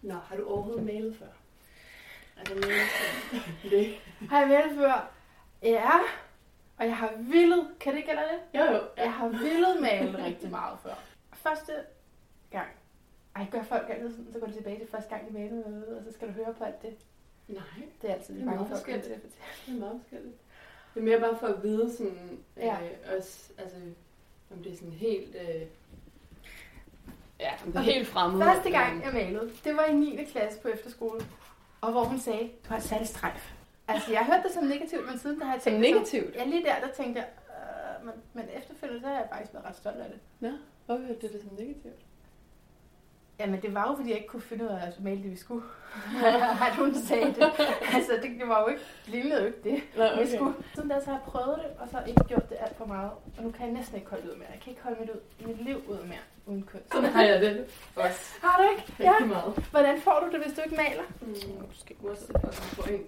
Nå, har du overhovedet malet før? Altså malet det? Har jeg malet før? Ja. Og jeg har villet, kan det ikke gælde det? Jo. Jeg har villet male rigtig meget før. Første gang. Ej, gør folk altid sådan, så går de tilbage til første gang, de malede noget, og så skal du høre på alt det. Nej. Det er altid Det er mange meget folk til at forskelligt. fortælle. Det er meget forskelligt. Det er mere bare for at vide sådan, Ja. også, altså, om det er sådan helt, om det er helt fremmed. Første gang jeg malede, det var i 9. klasse på efterskole, og hvor hun sagde, du har et særligt strejf. Altså, jeg hørte det som negativt, men siden der har jeg tænkt... negativt? Ja, lige der tænkte jeg, men efterfølgende, så har jeg faktisk været ret stolt af det. Ja, hvorfor hørte det som negativt? Jamen, det var jo, fordi jeg ikke kunne finde ud af at male det, vi skulle. At hun sagde det. Altså, det var jo ikke, lignede jo ikke det. Nå, okay. Vi skulle. Siden da så har jeg prøvet det, og så ikke gjort det alt for meget. Og nu kan jeg næsten ikke holde ud mere. Jeg kan ikke holde mit liv ud mere uden kunst. Sådan har jeg det også. Har du ikke? Ja. Rigtig meget. Hvordan får du det, hvis du ikke maler? Du skal også få en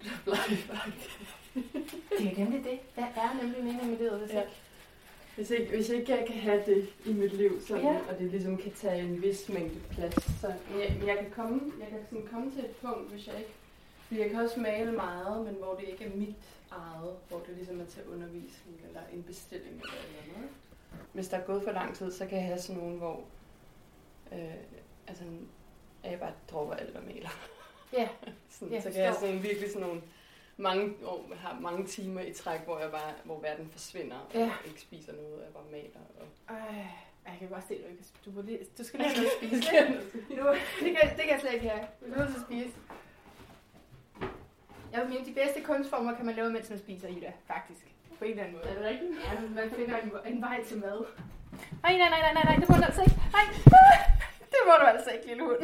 Det er nemlig det. Hvad er nemlig meningen med livet, hvis ikke? Hvis ikke jeg kan have det i mit liv, sådan, Ja. og det ligesom kan tage en vis mængde plads, så jeg kan sådan komme til et punkt, hvis jeg ikke... Fordi jeg kan også male meget, men hvor det ikke er mit eget, hvor det ligesom er til undervisning eller en bestilling eller noget. Hvis der er gået for lang tid, så kan jeg have sådan nogle, hvor jeg bare dropper alt og maler. Ja. Sådan, Ja, så kan jeg have sådan virkelig sådan nogle har mange timer i træk, hvor verden forsvinder, og jeg ikke spiser noget, og jeg bare maler. Og... Jeg kan bare se, at du skal lige have noget at spise. Det kan jeg slet ikke have. Du er nødt til at spise. Jeg vil mene, de bedste kunstformer kan man lave, mens man spiser, Ida, faktisk. På en eller anden måde. Er det rigtigt? Ja, man finder en vej til mad. Nej, det må du altså ikke. Nej, det må du altså ikke, lille hund.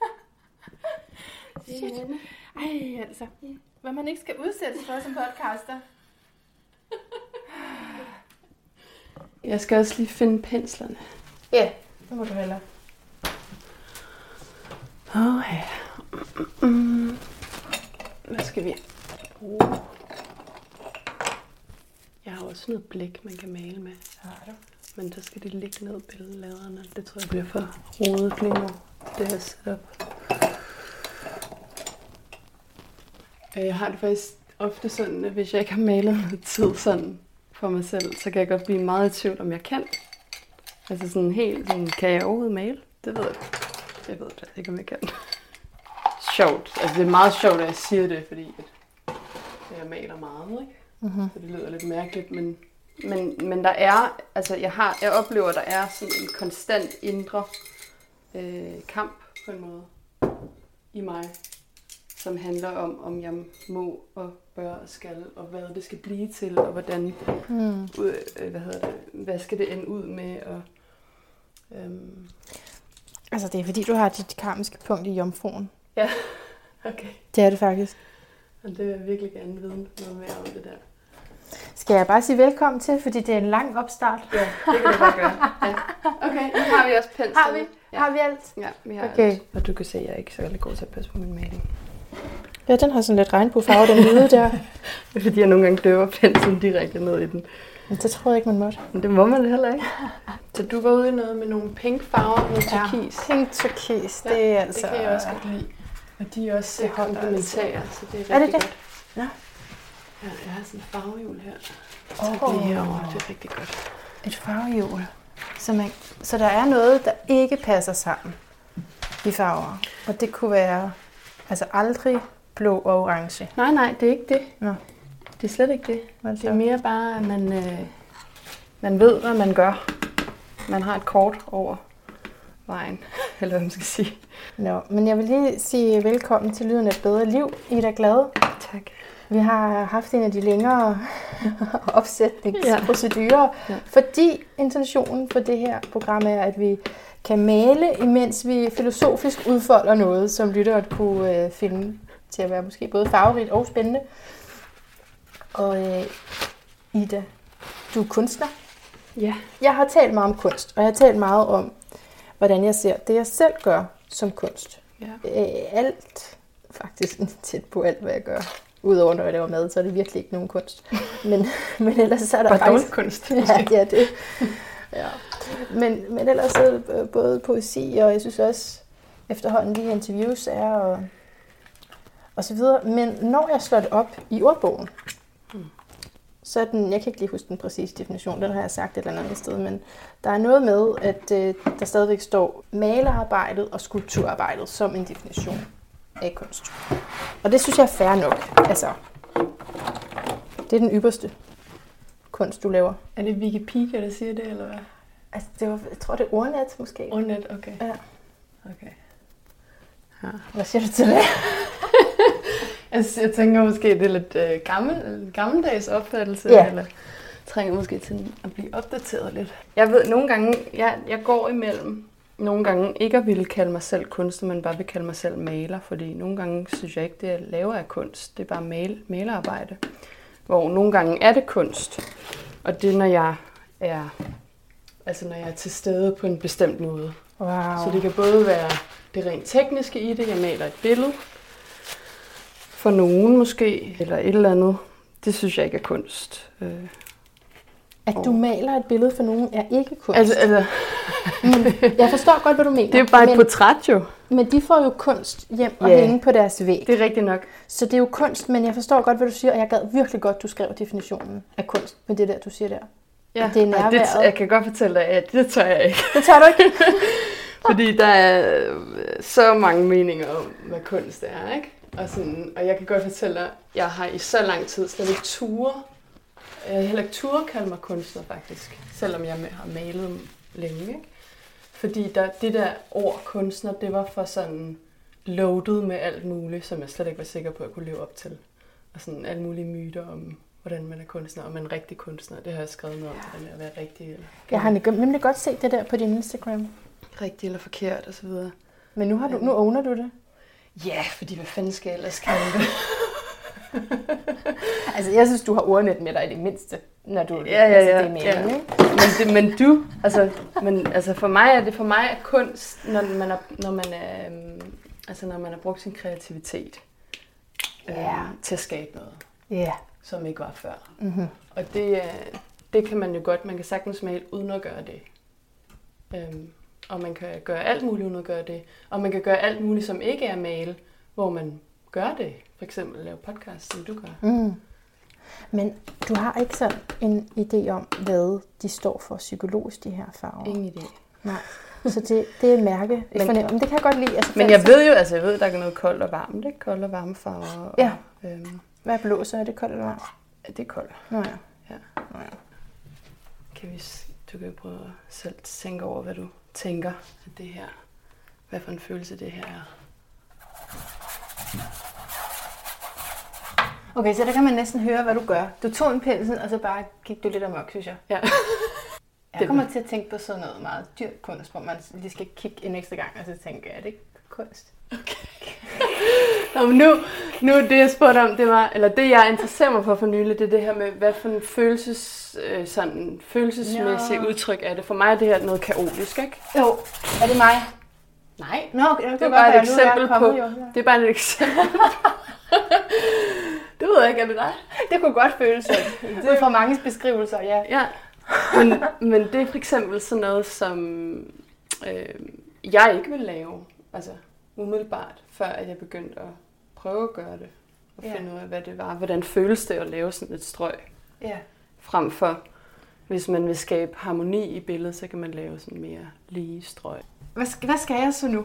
Shit. Ej, altså. Hvad man ikke skal udsættes for som podcaster. Jeg skal også lige finde penslerne. Ja, det må du hellere. Okay. Hvad skal vi bruge? Jeg har også noget blæk, man kan male med. Har du? Men så skal de ligge ned i billedladerne. Det tror jeg bliver for rodet lige nu. Det her setup. Jeg har det faktisk ofte sådan, at hvis jeg ikke har malet noget tid sådan for mig selv, så kan jeg godt blive meget i tvivl, om jeg kan. Altså sådan helt, sådan, kan jeg overhovedet male? Det ved jeg. Jeg ved det ikke, om jeg kan. Sjovt. Altså det er meget sjovt, at jeg siger det, fordi at jeg maler meget, ikke? Mm-hmm. Så det lyder lidt mærkeligt, men der er, altså jeg oplever, at der er sådan en konstant indre kamp på en måde i mig, som handler om jeg må og bør og skal, og hvad det skal blive til, og hvordan, hvad skal det ende ud med, og Altså det er fordi, du har dit karmiske punkt i jomfruen. ja, okay. Det er det faktisk. Og det vil jeg virkelig gerne vide noget mere om det der. Skal jeg bare sige velkommen til, fordi det er en lang opstart? Ja, det kan du bare gøre. Ja. Okay, nu har vi også pensel. Har vi? Ja. Har vi alt? Ja, vi har Okay. alt. Og du kan se, at jeg er ikke så god til at passe på min maling. Ja, den har sådan lidt regnbuefarve, den hvide der. Det er fordi, jeg nogle gange døber penslen direkte ned i den. Men det tror jeg ikke, man måtte. Men det må man heller ikke. Så du var ude i noget med nogle pink farver, noget turkis. Pink turkis, det er altså... Det kan jeg også godt lide. Og de er også komplementære, så det er rigtig Er det det? godt. Ja. Ja, jeg har sådan et farvehjul her. Åh. Det herovre, det er rigtig godt. Et farvehjul. Så der er noget, der ikke passer sammen i farver. Og det kunne være altså aldrig blå og orange. Nej, det er ikke det. Nå. Det er slet ikke det. Det Det er mere bare, at man ved, hvad man gør. Man har et kort over vejen, eller hvad man skal sige. Nå, men jeg vil lige sige velkommen til Lyden af et bedre liv. Ida Glade. Tak. Vi har haft en af de længere opsætningsprocedurer, fordi intentionen for det her program er, at vi kan male, imens vi filosofisk udfolder noget, som lytteren kunne finde til at være måske både farverigt og spændende. Og Ida, du er kunstner. Ja. Jeg har talt meget om kunst, og jeg har talt meget om, hvordan jeg ser det, jeg selv gør som kunst. Ja. Alt, faktisk tæt på alt, hvad jeg gør. Udover når jeg laver mad, så er det virkelig ikke nogen kunst. Men ellers så er der faktisk... kunst. Ja, det. Ja. Men ellers er det både poesi, og jeg synes også, efterhånden de her interviews er, og så videre. Men når jeg slår det op i ordbogen, så er den, jeg kan ikke lige huske den præcise definition, den har jeg sagt et eller andet sted, men der er noget med, at der stadigvæk står malerarbejdet og skulpturarbejdet som en definition af kunst. Og det synes jeg er fair nok. Altså, det er den ypperste kunst, du laver. Er det Wikipedia, der siger det, eller hvad? Altså, jeg tror, det er Ordnet, måske. Ordnet, okay. Ja. Okay. Ja. Hvad siger du til det? Altså, jeg tænker måske, det er lidt gammeldags opfattelse, eller trænger måske til at blive opdateret lidt. Jeg ved, nogle gange, jeg går imellem, nogle gange ikke at ville kalde mig selv kunstner, men bare vil kalde mig selv maler, fordi nogle gange synes jeg ikke, det jeg laver er kunst, det er bare malerarbejde. Hvor nogle gange er det kunst, og det er, når jeg er til stede på en bestemt måde. Wow. Så det kan både være det rent tekniske i det, jeg maler et billede, for nogen måske, eller et eller andet. Det synes jeg ikke er kunst. At du maler et billede for nogen er ikke kunst. Altså, jeg forstår godt, hvad du mener. det er jo bare et portræt jo. Men de får jo kunst hjem og hænge på deres væg. Det er rigtigt nok. Så det er jo kunst, men jeg forstår godt, hvad du siger, og jeg gad virkelig godt, du skrev definitionen af kunst med det der, du siger der. Ja, det er nærværet. jeg kan godt fortælle dig, at det tør jeg ikke. Det tør du ikke? Fordi der er så mange meninger om, hvad kunst er, ikke? Og jeg kan godt fortælle dig, at jeg har i så lang tid slet ikke jeg har heller ikke kalde mig kunstner faktisk, selvom jeg har malet længe, ikke? Fordi det der ord kunstner, det var for sådan loaded med alt muligt, som jeg slet ikke var sikker på, at jeg kunne leve op til. Og sådan alle mulige myter om, hvordan man er kunstner, og man er en rigtig kunstner. Det har jeg skrevet noget om, det der med at være rigtig. Eller jeg har nemlig godt set det der på din Instagram. Rigtig eller forkert, og så videre. Men nu owner du det? Ja, fordi hvad fanden skal jeg ellers kalde det? Altså, jeg synes, du har Ordnet med dig i det mindste, når du det er meningen. Men for mig er kunst, når man har brugt sin kreativitet til at skabe noget, som ikke var før. Mm-hmm. Og det kan man jo godt, man kan sagtens male uden at gøre det. Og man kan gøre alt muligt uden at gøre det. Og man kan gøre alt muligt, som ikke er male, hvor man gør det. For eksempel lave podcast, som du gør. Mm. Men du har ikke sådan en idé om, hvad de står for psykologisk, de her farver? Ingen idé. Nej. Så det er et mærke. Men det kan jeg godt lide. Altså, men jeg ved, der er noget koldt og varmt, ikke? Koldt og varme farver. Ja. Hvad er blå, så er det koldt eller varmt? Ja, det er koldt. Nå ja. Nå ja. Du kan prøve at selv tænke over, hvad du tænker, at det her, hvad for en følelse det her er. Okay, så der kan man næsten høre, hvad du gør. Du tog en pensel, og så bare gik du lidt amok, synes jeg. Ja. Jeg kommer til at tænke på sådan noget meget dyrt kunst, hvor man lige skal kigge en ekstra gang, og så tænke, er det ikke kunst? Okay. Nå, men nu det jeg spurgte om, det jeg interesserer mig for nylig, det er det her med, hvad for en følelsesmæssig udtryk er det. For mig er det her noget kaotisk, ikke? Jo, er det mig? Nej, det er bare et eksempel på. Det er bare et eksempel. Det ved jeg ikke, er det dig? Det kunne godt føles sådan. Det er for mange beskrivelser, ja. Men det er for eksempel sådan noget, som jeg ikke vil lave, altså umiddelbart, før at jeg begyndte at prøve at gøre det. Og finde ud af, hvad det var. Hvordan føles det at lave sådan et strøg? Ja. Frem for, hvis man vil skabe harmoni i billedet, så kan man lave sådan mere lige strøg. Hvad skal jeg så nu?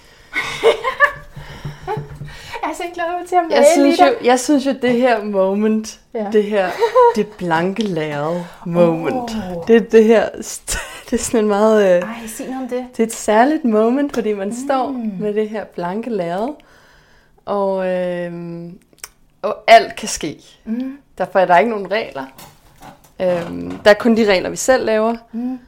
Jeg er så glad til at male jeg synes jo, det her moment, det blanke lærred moment, det her, det er sådan en meget... sig noget om det. Det er et særligt moment, fordi man står med det her blanke lærred, og alt kan ske. Derfor er der ikke nogen regler. Der er kun de regler, vi selv laver.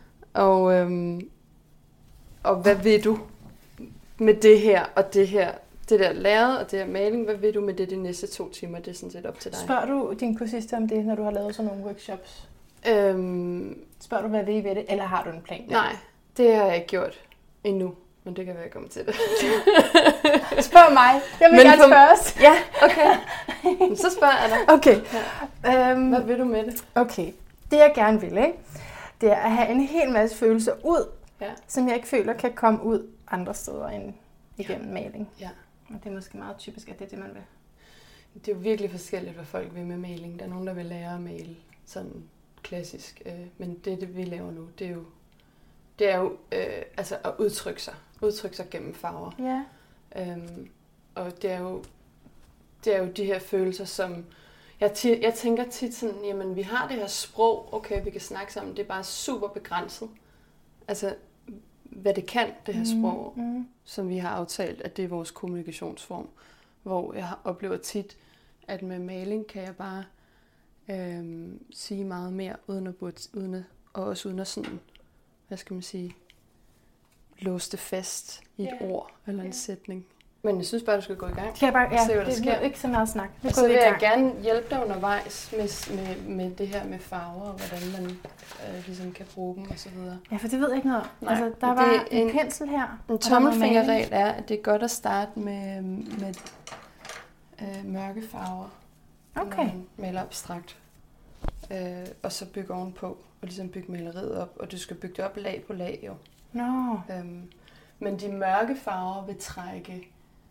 Og hvad ved du med det her og det her? Det der lærred og det her maling, hvad ved du med det de næste 2 timer? Det er sådan set op til dig. Spørger du din kursiste om det, når du har lavet sådan nogle workshops? Spørger du, hvad ved I ved det, eller har du en plan? Nej, det har jeg ikke gjort endnu, men det kan være, jeg kommer til det. Spørg mig. Jeg vil gerne spørge os. Ja, okay. Så spørger jeg dig. Okay. Ja. Hvad vil du med det? Okay. Det jeg gerne vil, ikke? Det er at have en hel masse følelser ud, som jeg ikke føler kan komme ud andre steder end igennem maling. Ja. Og det er måske meget typisk, at det er det, man vil. Det er jo virkelig forskelligt, hvad folk vil med maling. Der er nogen, der vil lære at male sådan klassisk. Men det vi laver nu, det er jo altså at udtrykke sig. Udtrykke sig gennem farver. Ja. Og det er jo de her følelser, som... Jeg tænker tit sådan, jamen vi har det her sprog, okay, vi kan snakke sammen, det er bare super begrænset. Altså, hvad det kan, det her sprog, som vi har aftalt, at det er vores kommunikationsform. Hvor jeg oplever tit, at med maling kan jeg bare sige meget mere, og også uden at sådan, hvad skal man sige, låse det fast i et ord eller en sætning. Men jeg synes bare, du skal gå i gang. Kan jeg bare, se, hvad der sker. Det er ikke så meget snak. Og så vil jeg gerne hjælpe dig undervejs med det her med farver, og hvordan man ligesom kan bruge dem og så videre. Ja, for det ved jeg ikke noget om. Nej, altså, der var en pensel her. En tommelfingerregel er, at det er godt at starte med mørke farver, når man maler abstrakt. Og så bygge ovenpå, og ligesom bygge maleriet op. Og du skal bygge det op lag på lag, jo. No. Men de mørke farver vil trække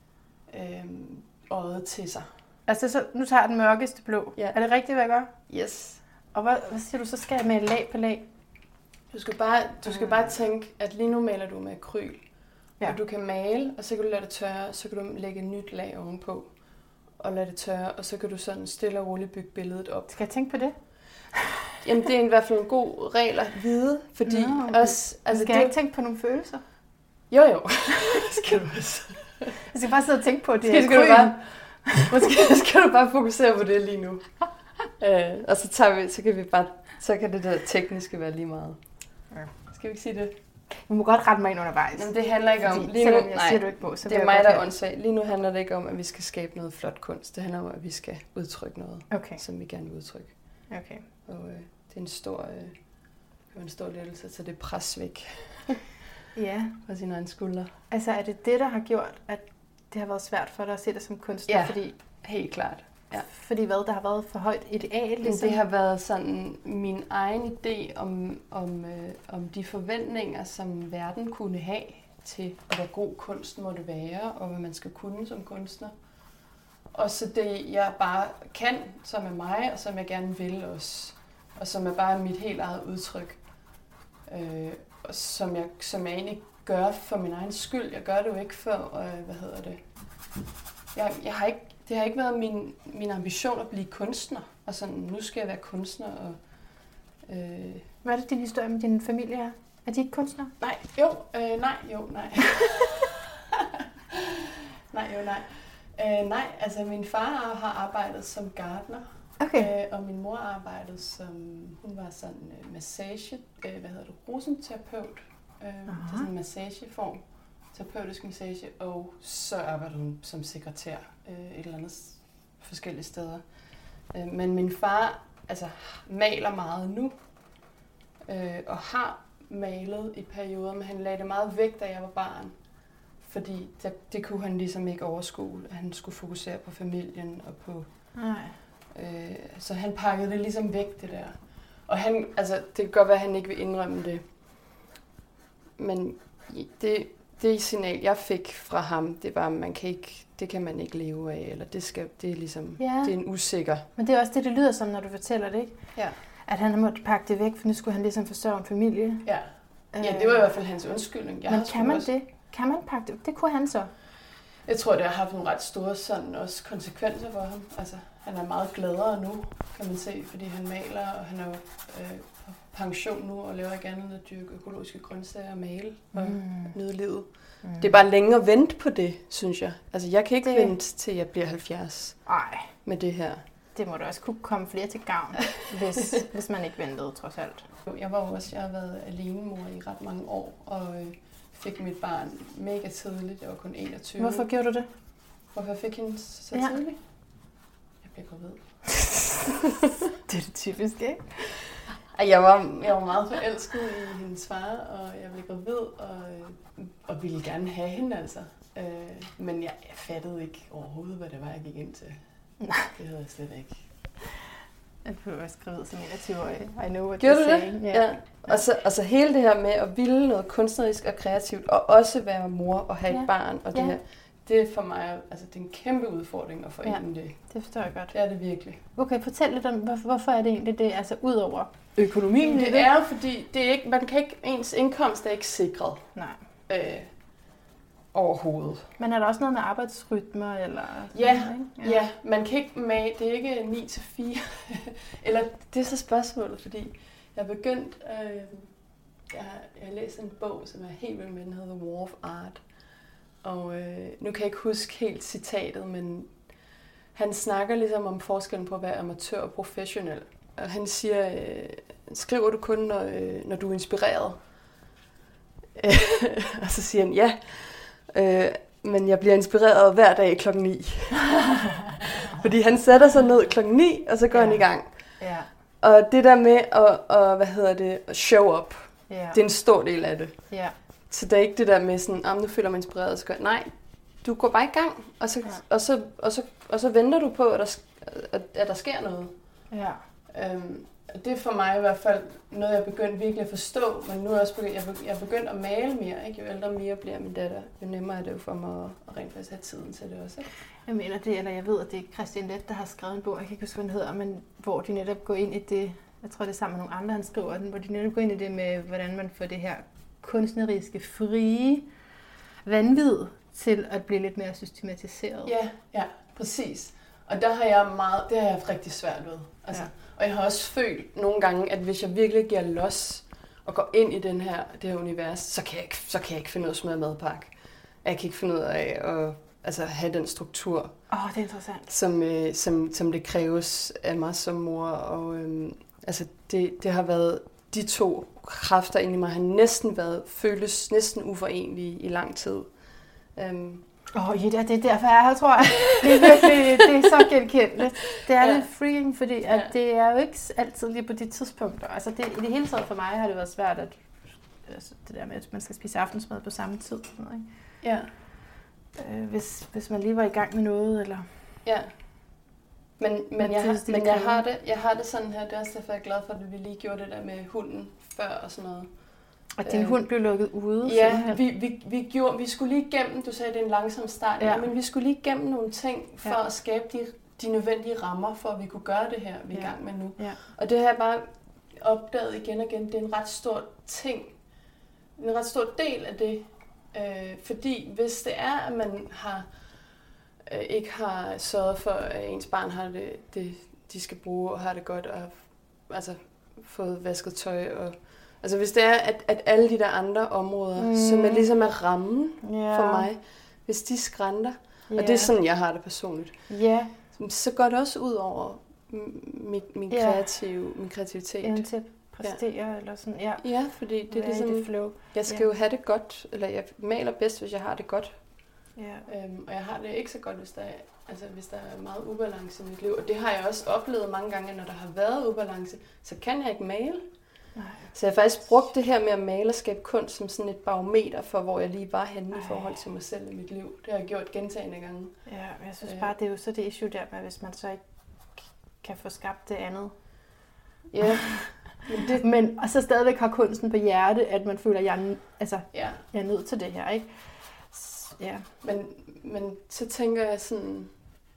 øjet til sig. Altså, så, nu tager jeg den mørkeste blå. Ja. Er det rigtigt, hvad jeg gør? Yes. Og hvad siger du, så skal jeg med lag på lag? Du skal bare tænke, at lige nu maler du med akryl. Ja. Og du kan male, og så kan du lade det tørre, så kan du lægge et nyt lag ovenpå. Og lade det tørre, og så kan du sådan stille og roligt bygge billedet op. Skal jeg tænke på det? Jamen, det er i hvert fald en god regel at vide, fordi også... Altså, skal jeg ikke tænke på nogle følelser? Jo. Skal du også. Jeg skal bare sidde og tænke på det. Måske skal du bare fokusere på det lige nu. Og så kan det der tekniske være lige meget. Ja. Skal vi ikke sige det? Du må godt rette mig ind undervejs. Jamen, det handler ikke om... Lige nu, jeg siger du ikke på, så det er mig, der er åndssvag. Lige nu handler det ikke om, at vi skal skabe noget flot kunst. Det handler om, at vi skal udtrykke noget, som vi gerne vil udtrykke. Okay. Og det er en stor lettelse, så det er pres væk. Ja. Fra sine egne skuldre. Altså, er det det, der har gjort, at det har været svært for dig at se dig som kunstner? Ja, fordi, helt klart. Ja. Fordi hvad? Der har været for højt ideal? Ligesom? Det har været sådan min egen idé om de forventninger, som verden kunne have til, hvor god kunst måtte være, og hvad man skal kunne som kunstner. Og så det, jeg bare kan, som er mig, og som jeg gerne vil også. Og som er bare mit helt eget udtryk. Som jeg egentlig gør for min egen skyld. Jeg gør det jo ikke for, det har ikke været min ambition at blive kunstner. Og sådan, nu skal jeg være kunstner. Og, hvad er det, din historie med din familie er? Er de ikke kunstnere? Nej. Nej, altså min far har arbejdet som gartner. Okay. Og min mor arbejdede hun var sådan rosenterapeut. Det er sådan en massageform, terapeutisk massage, og så arbejdede hun som sekretær et eller andet forskellige steder. Men min far maler meget nu, og har malet i perioder, men han lagde det meget væk, da jeg var barn. Fordi det kunne han ligesom ikke overskue, at han skulle fokusere på familien og på... Nej. Så han pakkede det ligesom væk, det der. Og det kan godt være, at han ikke vil indrømme det. Men det signal, jeg fik fra ham, det var, at det kan man ikke leve af, eller det er ligesom, det er en usikker. Men det er også det lyder som, når du fortæller det, ikke? Ja. At han måtte pakke det væk, for nu skulle han ligesom forsørge en familie. Ja. Ja, det var i hvert fald hans undskyldning. Men kan man det? Kan man pakke det? Det kunne han så. Jeg tror, det har haft nogle ret store sådan også konsekvenser for ham. Altså, han er meget gladere nu, kan man se, fordi han maler, og han er jo på pension nu, og laver ikke andet end at dyrke økologiske grøntsager og male og nyde livet. Det er bare længe at vente på det, synes jeg. Altså, jeg kan ikke vente til jeg bliver 70 med det her. Det må da også kunne komme flere til gavn, hvis man ikke ventede, trods alt. Jeg har været alenemor i ret mange år, og fik mit barn mega tidligt. Jeg var kun 21. Hvorfor gjorde du det? Hvorfor jeg fik hende så tidligt? Jeg blev gravid. Det er det typiske, ikke? Jeg var meget forelsket i hendes far, og jeg blev gravid, og ville gerne have hende, altså. Men jeg fattede ikke overhovedet, hvad det var, jeg gik ind til. Nej. Det havde jeg slet ikke. Jeg blev også skrevet som 21-årig. I know what Gjorde you're du det? saying. Ja. Og så hele det her med at ville noget kunstnerisk og kreativt, og også være mor og have et barn, og det her, det er for mig, altså det er en kæmpe udfordring at forene det. Det forstår jeg godt. Det er det virkelig. Okay, fortæl lidt om, hvorfor er det egentlig det, altså ud over Økonomien, det er jo fordi, det er ikke, man kan ikke, ens indkomst er ikke sikret. Nej. Overhovedet. Men er der også noget med arbejdsrytmer? Eller ja, noget, ja, man kan ikke det er ikke 9 til 4. Eller det er så spørgsmålet, fordi jeg er begyndt, jeg har læst en bog, som er helt vild med, den hedder The War of Art. Og nu kan jeg ikke huske helt citatet, men han snakker ligesom om forskellen på at være amatør og professionel. Og han siger, skriver du kun, når du er inspireret? Og så siger han, ja. Men jeg bliver inspireret hver dag 9:00. Fordi han sætter sig ned 9:00, og så går han i gang. Ja. Og det der med at show up, det er en stor del af det. Ja. Så det er ikke det der med sådan, nu føler jeg mig inspireret. Så nej, du går bare i gang, og så venter du på, at der sker noget. Ja. Det er for mig i hvert fald noget, jeg begyndte virkelig at forstå, men nu er jeg begyndt at male mere. Ikke? Jo ældre mere bliver min datter, jo nemmere er det jo for mig at rent faktisk have tiden til det også. Ikke? Jeg mener det, eller jeg ved, at det er Christian Leth, der har skrevet en bog, jeg kan ikke huske, hvad den hedder, men hvor de netop går ind i det, jeg tror det er sammen med nogle andre, han skriver den, hvor de netop går ind i det med, hvordan man får det her kunstneriske, frie vanvid til at blive lidt mere systematiseret. Ja, præcis. Og der har det har jeg haft rigtig svært ved. Altså, og jeg har også følt nogle gange, at hvis jeg virkelig giver los og går ind i det her univers, så kan jeg ikke finde ud af at smøre madpakke. Jeg kan ikke finde ud af at have den struktur. Det er interessant. Som det kræves af mig som mor. Og det har været de to kræfter inde i mig, har føles næsten uforenlige i lang tid. Jette, det er derfor, jeg er her, tror jeg. Det er virkelig, det er så genkendeligt. Det er lidt freeing, fordi at det er jo ikke altid lige på de tidspunkter. Altså i det hele taget for mig har det været svært, at det der med, at man skal spise aftensmad på samme tid. Sådan noget, ikke? Ja. Hvis man lige var i gang med noget, eller... Ja. Men jeg har det sådan her, det er også derfor, jeg er glad for, at vi lige gjorde det der med hunden før og sådan noget. Og din hund blev lukket ude? Ja, vi skulle lige igennem, du sagde, det er en langsom start, men vi skulle lige igennem nogle ting for at skabe de nødvendige rammer, for at vi kunne gøre det her, vi er i gang med nu. Ja. Og det har jeg bare opdaget igen og igen, det er en ret stor ting, en ret stor del af det, fordi hvis det er, at man ikke har sørget for, at ens barn har det de skal bruge og har det godt, og fået vasket tøj og altså hvis det er, at alle de der andre områder, som er ligesom er rammen for mig, hvis de skrænter, og det er sådan, jeg har det personligt, så går det også ud over min kreativitet. Evnen til at præstere eller sådan, Ja, fordi det er ligesom, jeg skal jo have det godt, eller jeg maler bedst, hvis jeg har det godt. Og jeg har det ikke så godt, hvis der er meget ubalance i mit liv. Og det har jeg også oplevet mange gange, når der har været ubalance, så kan jeg ikke male. Nej. Så jeg har faktisk brugt det her med at male og skabe kunst som sådan et barometer for, hvor jeg lige var henne i forhold til mig selv i mit liv. Det har jeg gjort gentagne gange. Ja, men jeg synes bare, det er jo så det issue der med, hvis man så ikke kan få skabt det andet. Ja. Men og så stadigvæk har kunsten på hjerte, at man føler, at jeg er nødt til det her, ikke? Ja. Men så tænker jeg sådan...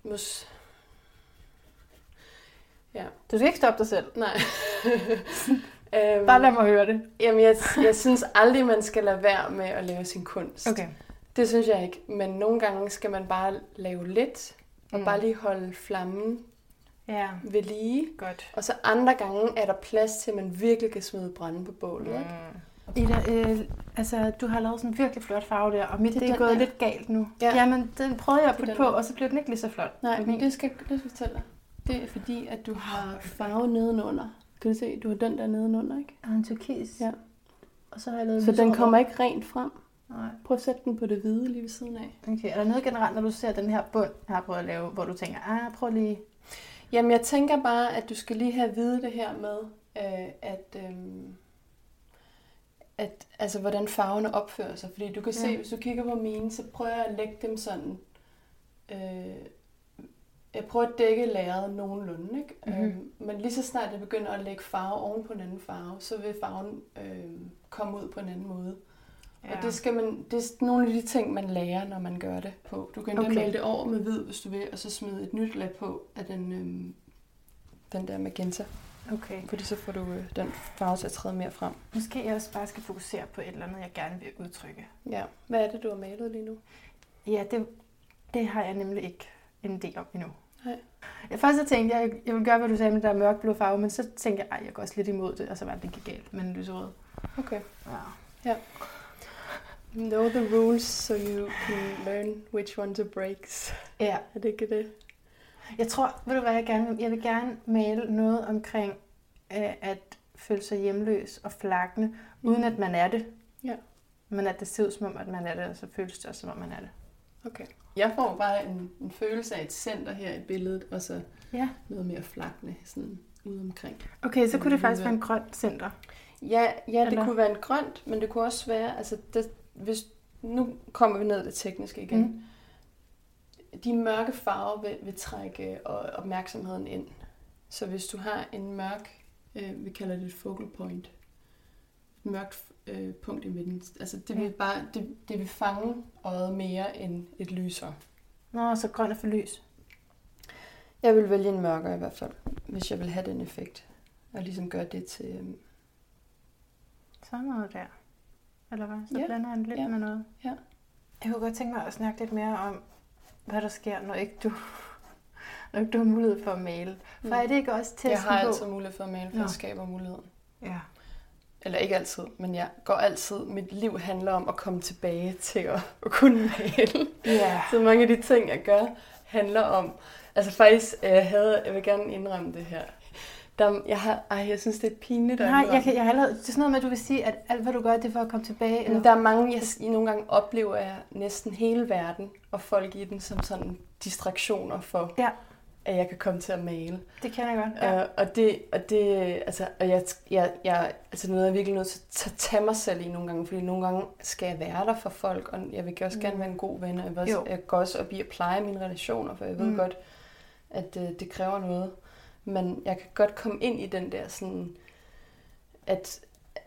Ja. Du skal ikke stoppe dig selv. Nej. Bare lad mig høre det. Jamen, jeg synes aldrig, man skal lade være med at lave sin kunst. Okay. Det synes jeg ikke. Men nogle gange skal man bare lave lidt, og bare lige holde flammen ved lige. Godt. Og så andre gange er der plads til, at man virkelig kan smide brænde på bålet. Ikke? Ida, du har lavet sådan en virkelig flot farve der, og det er gået lidt galt nu. Ja. Jamen, den prøvede jeg at putte på, og så blev den ikke lige så flot. Nej, men det skal jeg fortælle dig. Det er fordi, at du har farve nedenunder. Kan du se, du har den der nedenunder, ikke? Og en turkis. Ja. Og så har jeg lavet så den kommer ikke rent frem. Nej. Prøv at sætte den på det hvide lige ved siden af. Okay, er der noget generelt, når du ser den her bund, jeg har prøvet at lave, hvor du tænker, prøv lige... Jamen, jeg tænker bare, at du skal lige have at vide det her med, hvordan farverne opfører sig. Fordi du kan se, hvis du kigger på mine, så prøver jeg at lægge dem sådan jeg prøver at dække lærredet nogenlunde, ikke? Men lige så snart jeg begynder at lægge farve oven på en anden farve, så vil farven komme ud på en anden måde. Ja. Og det er nogle af de ting, man lærer, når man gør det på. Du kan male det over med hvid, hvis du vil, og så smide et nyt lag på af den der magenta. Okay. Fordi så får du den farve til at træde mere frem. Måske jeg også bare skal fokusere på et eller andet, jeg gerne vil udtrykke. Ja. Hvad er det, du har malet lige nu? Ja, det har jeg nemlig ikke en idé om endnu. Nej. Først så tænkte jeg vil gøre, hvad du sagde med der mørkblå farve, men så tænkte jeg går også lidt imod det, og så var det gik galt med en lyserød. Okay. Ja. Know the rules, so you can learn which one to break. Ja. Er det ikke det? Jeg tror, ved du hvad jeg vil gerne male noget omkring at føle sig hjemløs og flakkende, uden at man er det. Ja. Men at det ser ud som om, at man er det, og så føles det også som om, man er det. Okay. Jeg får bare en følelse af et center her i billedet, og så noget mere flakkende sådan ude omkring. Okay, så kunne det faktisk være en grøn center. Ja, det kunne være en grønt, men det kunne også være, altså hvis nu kommer vi ned i det tekniske igen. De mørke farver vil trække opmærksomheden ind. Så hvis du har en mørk, vi kalder det et focal point, et mørkt punkt i midten, altså det vil fange øjet mere end et lysere. Nå, så grøn er for lys. Jeg vil vælge en mørkere i hvert fald, hvis jeg vil have den effekt. Og ligesom gøre det til... Sådan noget der. Eller hvad? Så blander han lidt med noget. Ja. Jeg kunne godt tænke mig at snakke lidt mere om, hvad der sker, når ikke du har mulighed for at male. For er det ikke også testen på? Jeg har altid mulighed for at male, for at skabe muligheden. Ja. Eller ikke altid, men jeg går altid. Mit liv handler om at komme tilbage til at kunne male. Yeah. Så mange af de ting, jeg gør, handler om... Altså faktisk, jeg vil gerne indrømme det her. Jeg synes, det er pinligt. Nej, det er sådan noget med, at du vil sige, at alt, hvad du gør, det er for at komme tilbage. Eller? Der er mange, nogle gange oplever jeg næsten hele verden, og folk i den som sådan distraktioner for, at jeg kan komme til at male. Det kan jeg godt, altså noget, jeg virkelig nødt til at tage mig selv i nogle gange, fordi nogle gange skal jeg være der for folk, og jeg vil også gerne være en god ven, og jeg går også op i at pleje mine relationer, for jeg ved godt, at det kræver noget. Men jeg kan godt komme ind i den der sådan, at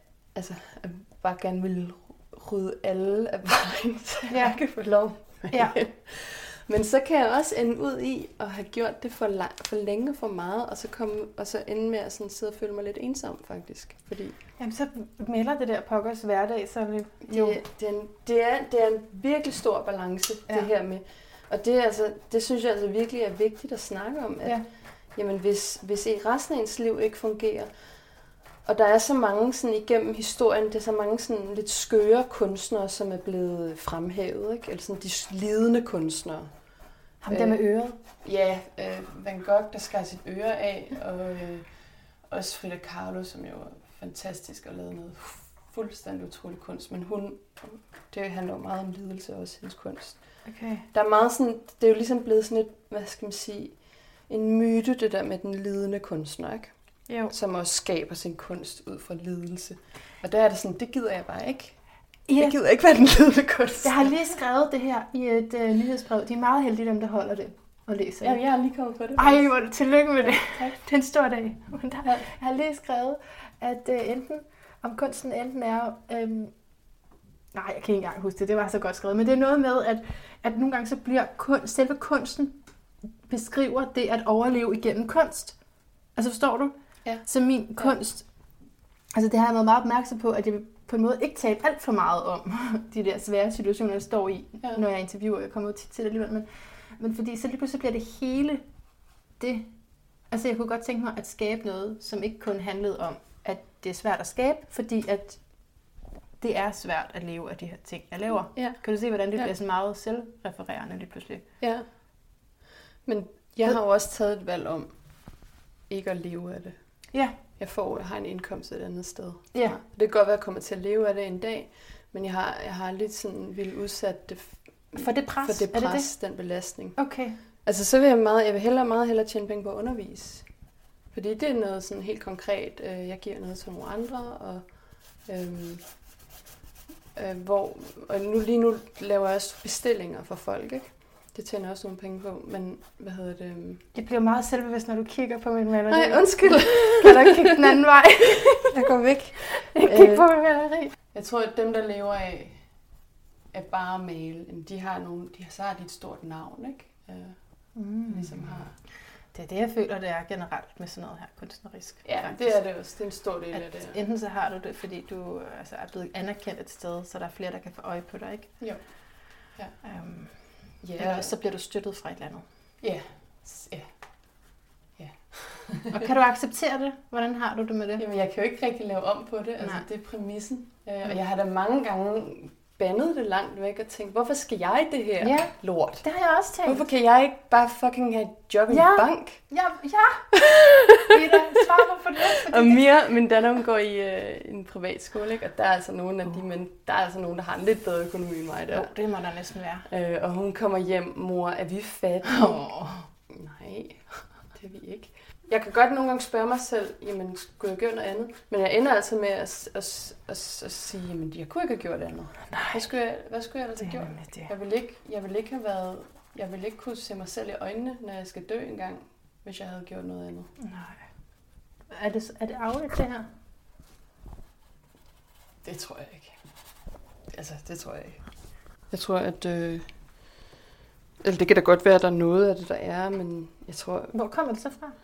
bare gerne vil rydde alle af vejen, så jeg kan få lov. Ja. Men så kan jeg også ende ud i at have gjort det for længe for meget, og så ende med at sådan sidde og føle mig lidt ensom faktisk. Fordi jamen så melder det der pokkers hverdag, så det er en virkelig stor balance, det her med. Og det synes jeg altså virkelig er vigtigt at snakke om, at jamen hvis resten af ens liv ikke fungerer, og der er så mange sådan igennem historien, det er så mange sådan lidt skøre kunstnere, som er blevet fremhævet, ikke? Eller sådan de lidende kunstnere. Ham der med øret? Ja, Van Gogh, der skar sit øre af, og også Frida Kahlo, som jo er fantastisk og lavede noget fuldstændig utrolig kunst, men det handler jo meget om lidelse også, hendes kunst. Okay. Der er meget sådan, det er jo ligesom blevet sådan et, hvad skal man sige, en myte, det der med den lidende kunstner, ikke? Jo. Som også skaber sin kunst ud fra lidelse. Og der er det sådan, det gider jeg bare ikke. Ja. Jeg gider ikke være den lidende kunstner. Jeg har lige skrevet det her i et nyhedsbrev. De er meget heldige, dem der holder det og læser det. Ja, jeg har lige kommet på det. Ej, hvor tillykke med det. Det er en stor dag. Jeg har lige skrevet, at om kunsten enten er... nej, jeg kan ikke engang huske det. Det var så godt skrevet. Men det er noget med, at nogle gange så bliver selve kunsten beskriver det at overleve igennem kunst. Altså forstår du? Ja. Så min kunst, altså det har jeg været meget opmærksom på, at jeg på en måde ikke tale alt for meget om de der svære situationer, jeg står i, når jeg interviewer. Jeg kommer jo tit til det alligevel, men fordi så lige pludselig bliver det hele det. Altså jeg kunne godt tænke mig at skabe noget, som ikke kun handlede om, at det er svært at skabe, fordi at det er svært at leve af de her ting, jeg laver. Ja. Kan du se, hvordan det bliver så meget selvrefererende lige pludselig? Ja. Men jeg har jo også taget et valg om ikke at leve af det. Ja. Jeg har en indkomst et andet sted. Ja. Det kan godt være, at jeg kommer til at leve af det en dag, men jeg har lidt sådan vil udsat det for det pres, den belastning. Okay. Altså så vil jeg vil meget hellere tjene penge på at undervise. Fordi det er noget sådan helt konkret. Jeg giver noget til nogle andre, og lige nu laver jeg også bestillinger for folk, ikke? Det tjener også nogle penge på, men hvad hedder det? Det bliver meget selvbevidst, når du kigger på mit maleri. Nej, undskyld. Kan du ikke kigge den anden vej? Jeg går væk. Jeg kigger på mit maleri. Jeg tror, at dem, der lever af bare at male, så har de et stort navn, ikke? Ligesom har... Det er det, jeg føler, det er generelt med sådan noget her kunstnerisk. Ja, faktisk. Det er det også. Det er en stor del af det. Enten så har du det, fordi du er blevet anerkendt et sted, så der er flere, der kan få øje på dig, ikke? Jo. Ja. Eller også så bliver du støttet fra et eller andet. Ja. Og kan du acceptere det? Hvordan har du det med det? Jamen, jeg kan jo ikke rigtig lave om på det. Altså, det er præmissen. Og jeg har da mange gange bandet det langt væk og tænkt, hvorfor skal jeg det her lort? Det har jeg også tænkt. Hvorfor kan jeg ikke bare fucking have et job i en bank? Ja. Ida, svar mig på det. Og Mia, min datter, hun går i en privatskole, ikke? Og der er altså nogle af de mænd, der har en lidt bedre økonomi end mig der. Jo, det må der næsten være. Og hun kommer hjem, mor, er vi fattige? Nej, det er vi ikke. Jeg kan godt nogle gange spørge mig selv, jamen, skulle jeg gøre noget andet? Men jeg ender altid med at sige, jamen, jeg kunne ikke have gjort andet. Nej. Hvad skulle jeg ellers have gjort? Jeg vil ikke kunne se mig selv i øjnene, når jeg skal dø engang, hvis jeg havde gjort noget andet. Nej. Er det arveligt, det her? Det tror jeg ikke. Altså, det tror jeg ikke. Jeg tror, at... Eller det kan da godt være, at der er noget af det, der er, men jeg tror... Hvor kommer det så fra?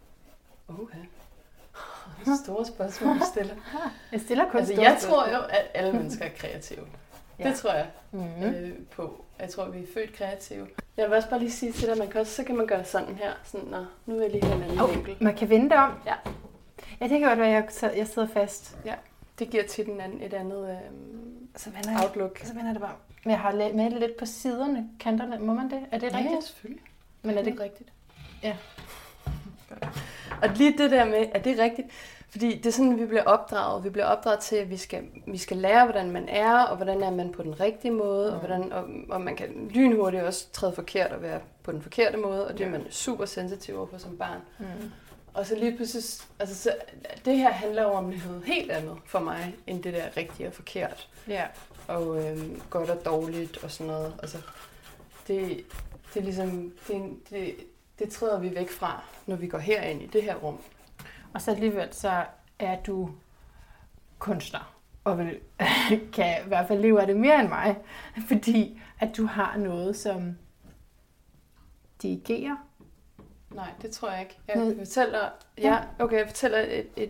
Store spørgsmål, du stiller. Jeg stiller kun altså, jeg tror jo, at alle mennesker er kreative. Ja. Det tror jeg på. Jeg tror, vi er født kreative. Jeg vil også bare lige sige til dig, så kan man gøre sådan her. Sådan, nu vil jeg lige have en anden vinkel. Man kan vende det om? Ja. Ja, det kan godt være, at jeg sidder fast. Ja, det giver tit et andet outlook. Så vender det bare. Men jeg har malet lidt på siderne, kanterne. Må man det? Er det rigtigt? Ja, selvfølgelig. Men er det rigtigt? Ja. Og lige det der med, er det rigtigt? Fordi det er sådan, vi bliver opdraget. Vi bliver opdraget til, at vi skal lære, hvordan man er, og hvordan er man på den rigtige måde, og man kan lynhurtigt også træde forkert og være på den forkerte måde, og det er man super sensitiv overfor som barn. Og så lige pludselig, altså det her handler jo om noget helt andet for mig, end det der rigtige og forkert. Ja. Og godt og dårligt og sådan noget. Altså, det er ligesom, det træder vi væk fra, når vi går herind i det her rum. Og så alligevel så er du kunstner, og kan i hvert fald leve af det mere end mig, fordi at du har noget, som dirigerer. Nej, det tror jeg ikke. Jeg fortæller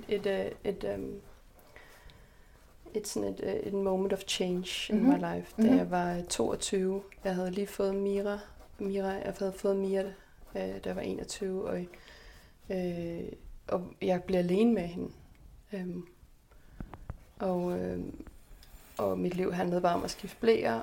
et moment of change in my life, da jeg var 22. Jeg havde lige fået Mira. Jeg havde fået Mira, da jeg var 21, og jeg blev alene med hende. Og mit liv handlede bare om at skifte bleer,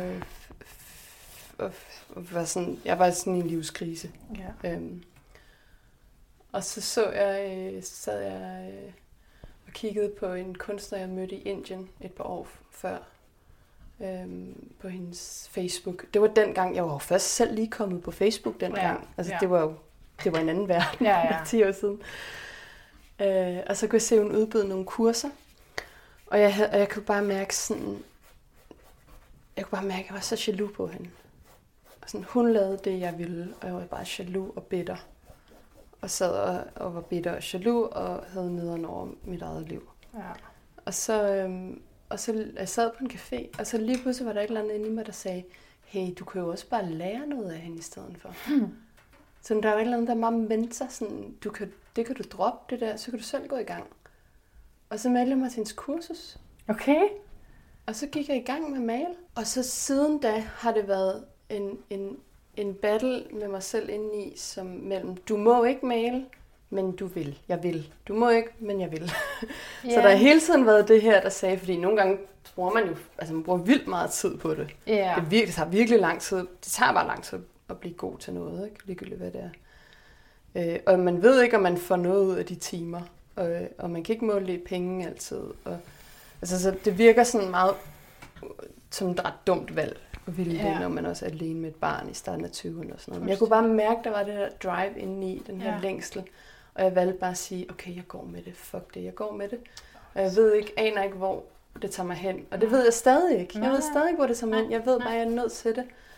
og jeg var sådan i en livskrise. Ja. Og så sad jeg og kiggede på en kunstner, jeg mødte i Indien et par år før, på hendes Facebook. Det var dengang, jeg var først selv lige kommet på Facebook dengang. Altså det var en anden verden, 10 år siden. Og så kunne jeg se, at hun udbød nogle kurser, og jeg kunne bare mærke sådan, at jeg var så jaloux på hende. Og sådan, hun lavede det, jeg ville, og jeg var bare jaloux og bitter. Og sad og var bitter og jaloux, og havde nederen over mit eget liv. Ja. Og så jeg sad på en café, og så lige pludselig var der et eller andet inde i mig, der sagde, hey, du kan jo også bare lære noget af hende i stedet for. Så der var et eller andet, der meget mentor, sådan, det kan du droppe det der, så kan du selv gå i gang. Og så meldte jeg mig til hendes kursus. Okay. Og så gik jeg i gang med at male. Og så siden da har det været en battle med mig selv indeni, som mellem, du må ikke male, men du vil. Jeg vil. Du må ikke, men jeg vil. Yeah. Så der har hele tiden været det her, der sagde, fordi nogle gange bruger man jo, altså man bruger vildt meget tid på det. Yeah. Det tager virkelig lang tid. Det tager bare lang tid at blive god til noget, ikke? Ligegyldigt hvad det er. Og man ved ikke, om man får noget ud af de timer. Og man kan ikke måle i penge altid. Altså, så det virker sådan meget som et ret dumt valg. Og ville det, når man også er alene med et barn i starten af 20'erne og sådan noget. Men jeg kunne bare mærke, der var det der drive indeni, den her længsel. Og jeg valgte bare at sige, okay, jeg går med det. Fuck det, jeg går med det. Og jeg aner ikke, hvor det tager mig hen. Og det ved jeg stadig ikke. Jeg ved stadig ikke, hvor det tager mig hen. Jeg ved bare, at jeg er nødt til det.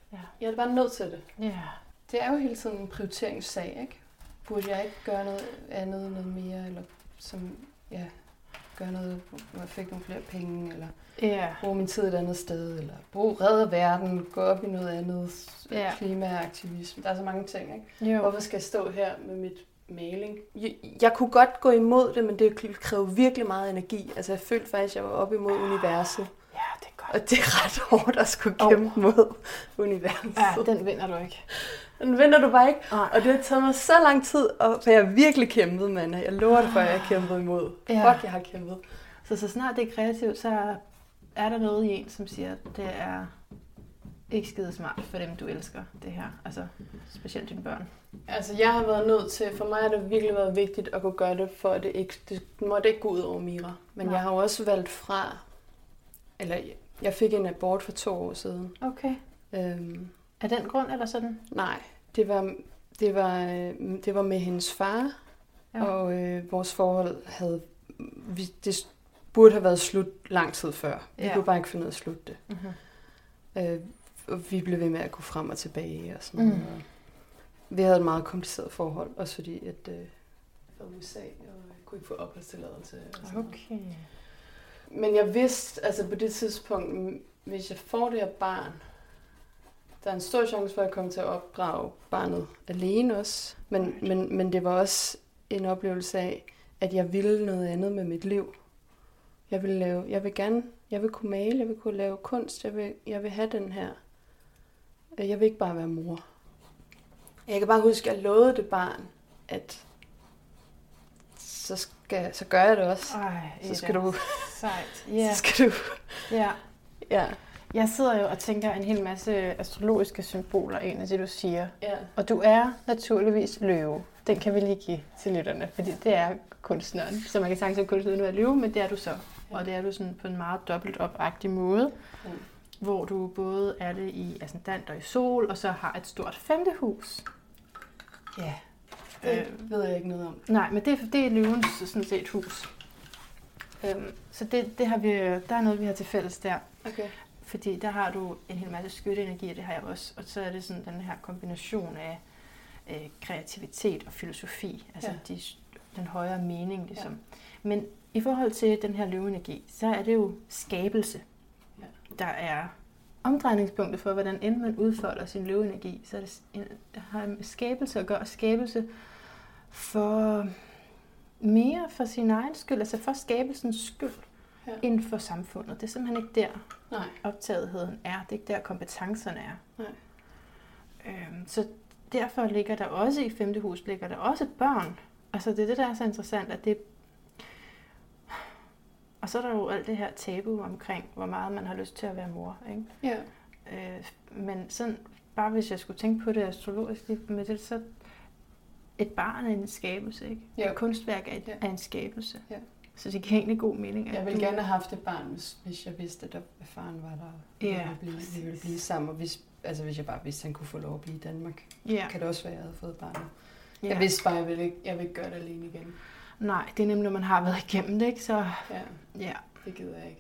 Jeg er bare nødt til det. Ja. Det er jo hele tiden en prioriteringssag, ikke? Burde jeg ikke gøre noget andet, noget mere, eller gøre noget, hvor jeg fik nogle flere penge, eller bruge min tid et andet sted, eller redde verden, gå op i noget andet, klimaaktivisme. Der er så mange ting, ikke? Jo. Hvorfor skal jeg stå her med mit maling? Jeg kunne godt gå imod det, men det kræver virkelig meget energi. Altså jeg følte faktisk, at jeg var oppe imod universet. Ja, det er godt. Og det er ret hårdt at skulle kæmpe mod universet. Ja, den vinder du ikke. Den vinder du bare ikke. Nej. Og det har taget mig så lang tid, for jeg har virkelig kæmpet, mand. Jeg lover det for, at jeg har kæmpet imod. Ja. Fuck, jeg har kæmpet. Så snart det er kreativt, så er der noget i en, som siger, at det er ikke skide smart for dem, du elsker det her. Altså specielt dine børn. Altså jeg har været nødt til, for mig har det virkelig været vigtigt at kunne gøre det, for at det måtte ikke gå ud over Mira. Men jeg har jo også valgt fra, eller jeg fik en abort for 2 år siden. Okay. Af den grund, eller sådan? Nej, det var med hendes far, og vores forhold det burde have været slut lang tid før. Vi kunne bare ikke finde ud af at slutte det. Mm-hmm. Og vi blev ved med at gå frem og tilbage og sådan noget. Vi havde et meget kompliceret forhold, også fordi at fra USA, og jeg kunne ikke få opholdstilladelse. Okay. Men jeg vidste, altså på det tidspunkt, hvis jeg får det her barn, der er en stor chance for, at jeg kommer til at opdrage barnet alene også. Men det var også en oplevelse af, at jeg ville noget andet med mit liv. Jeg vil kunne male, jeg vil kunne lave kunst, jeg vil have den her. Jeg vil ikke bare være mor. Jeg kan bare huske, at jeg lovede det barn, at så gør jeg det også. Så skal du... Sejt. Yeah. Så skal du... Ja. Jeg sidder jo og tænker en hel masse astrologiske symboler ind af det, du siger. Yeah. Og du er naturligvis løve. Den kan vi lige give til lytterne, fordi det er kunstneren. Så man kan sagtens have kunstneren at løve, men det er du så. Og det er du sådan på en meget dobbelt opagtig måde, hvor du både er det i ascendant og i sol, og så har et stort 5. hus. Ja, det ved jeg ikke noget om. Nej, men det er løvens sådan set hus. Så det har der er noget, vi har til fælles der. Okay. Fordi der har du en hel masse skytteenergi, og det har jeg også. Og så er det sådan den her kombination af kreativitet og filosofi, altså den højere mening ligesom. Ja. Men i forhold til den her løveenergi, så er det jo skabelse, der er omdrejningspunktet for, hvordan end man udfolder sin løveenergi. Så er det har med skabelse at gøre, skabelse for mere for sin egen skyld, altså for skabelsens skyld, end for samfundet. Det er simpelthen ikke der, optagetheden er. Det er ikke der, kompetencerne er. Så derfor ligger der også i 5. hus, ligger der også børn. Altså det er det, der er så interessant, at det... Og så er der jo alt det her tabu omkring, hvor meget man har lyst til at være mor, ikke? Ja. Men sådan, bare hvis jeg skulle tænke på det astrologisk med det, så et barn er en skabelse, ikke? Et kunstværk er en skabelse. Ja. Så det giver egentlig god mening. Jeg ville gerne have haft et barn, hvis jeg vidste, at faren var der. Vi ville blive sammen, og hvis jeg bare vidste, at han kunne få lov at blive i Danmark. Kan det også være, at jeg havde fået barnet. Jeg vidste bare, at jeg vil ikke gøre det alene igen. Nej, det er nemlig, når man har været igennem det, ikke? Så det gider jeg ikke.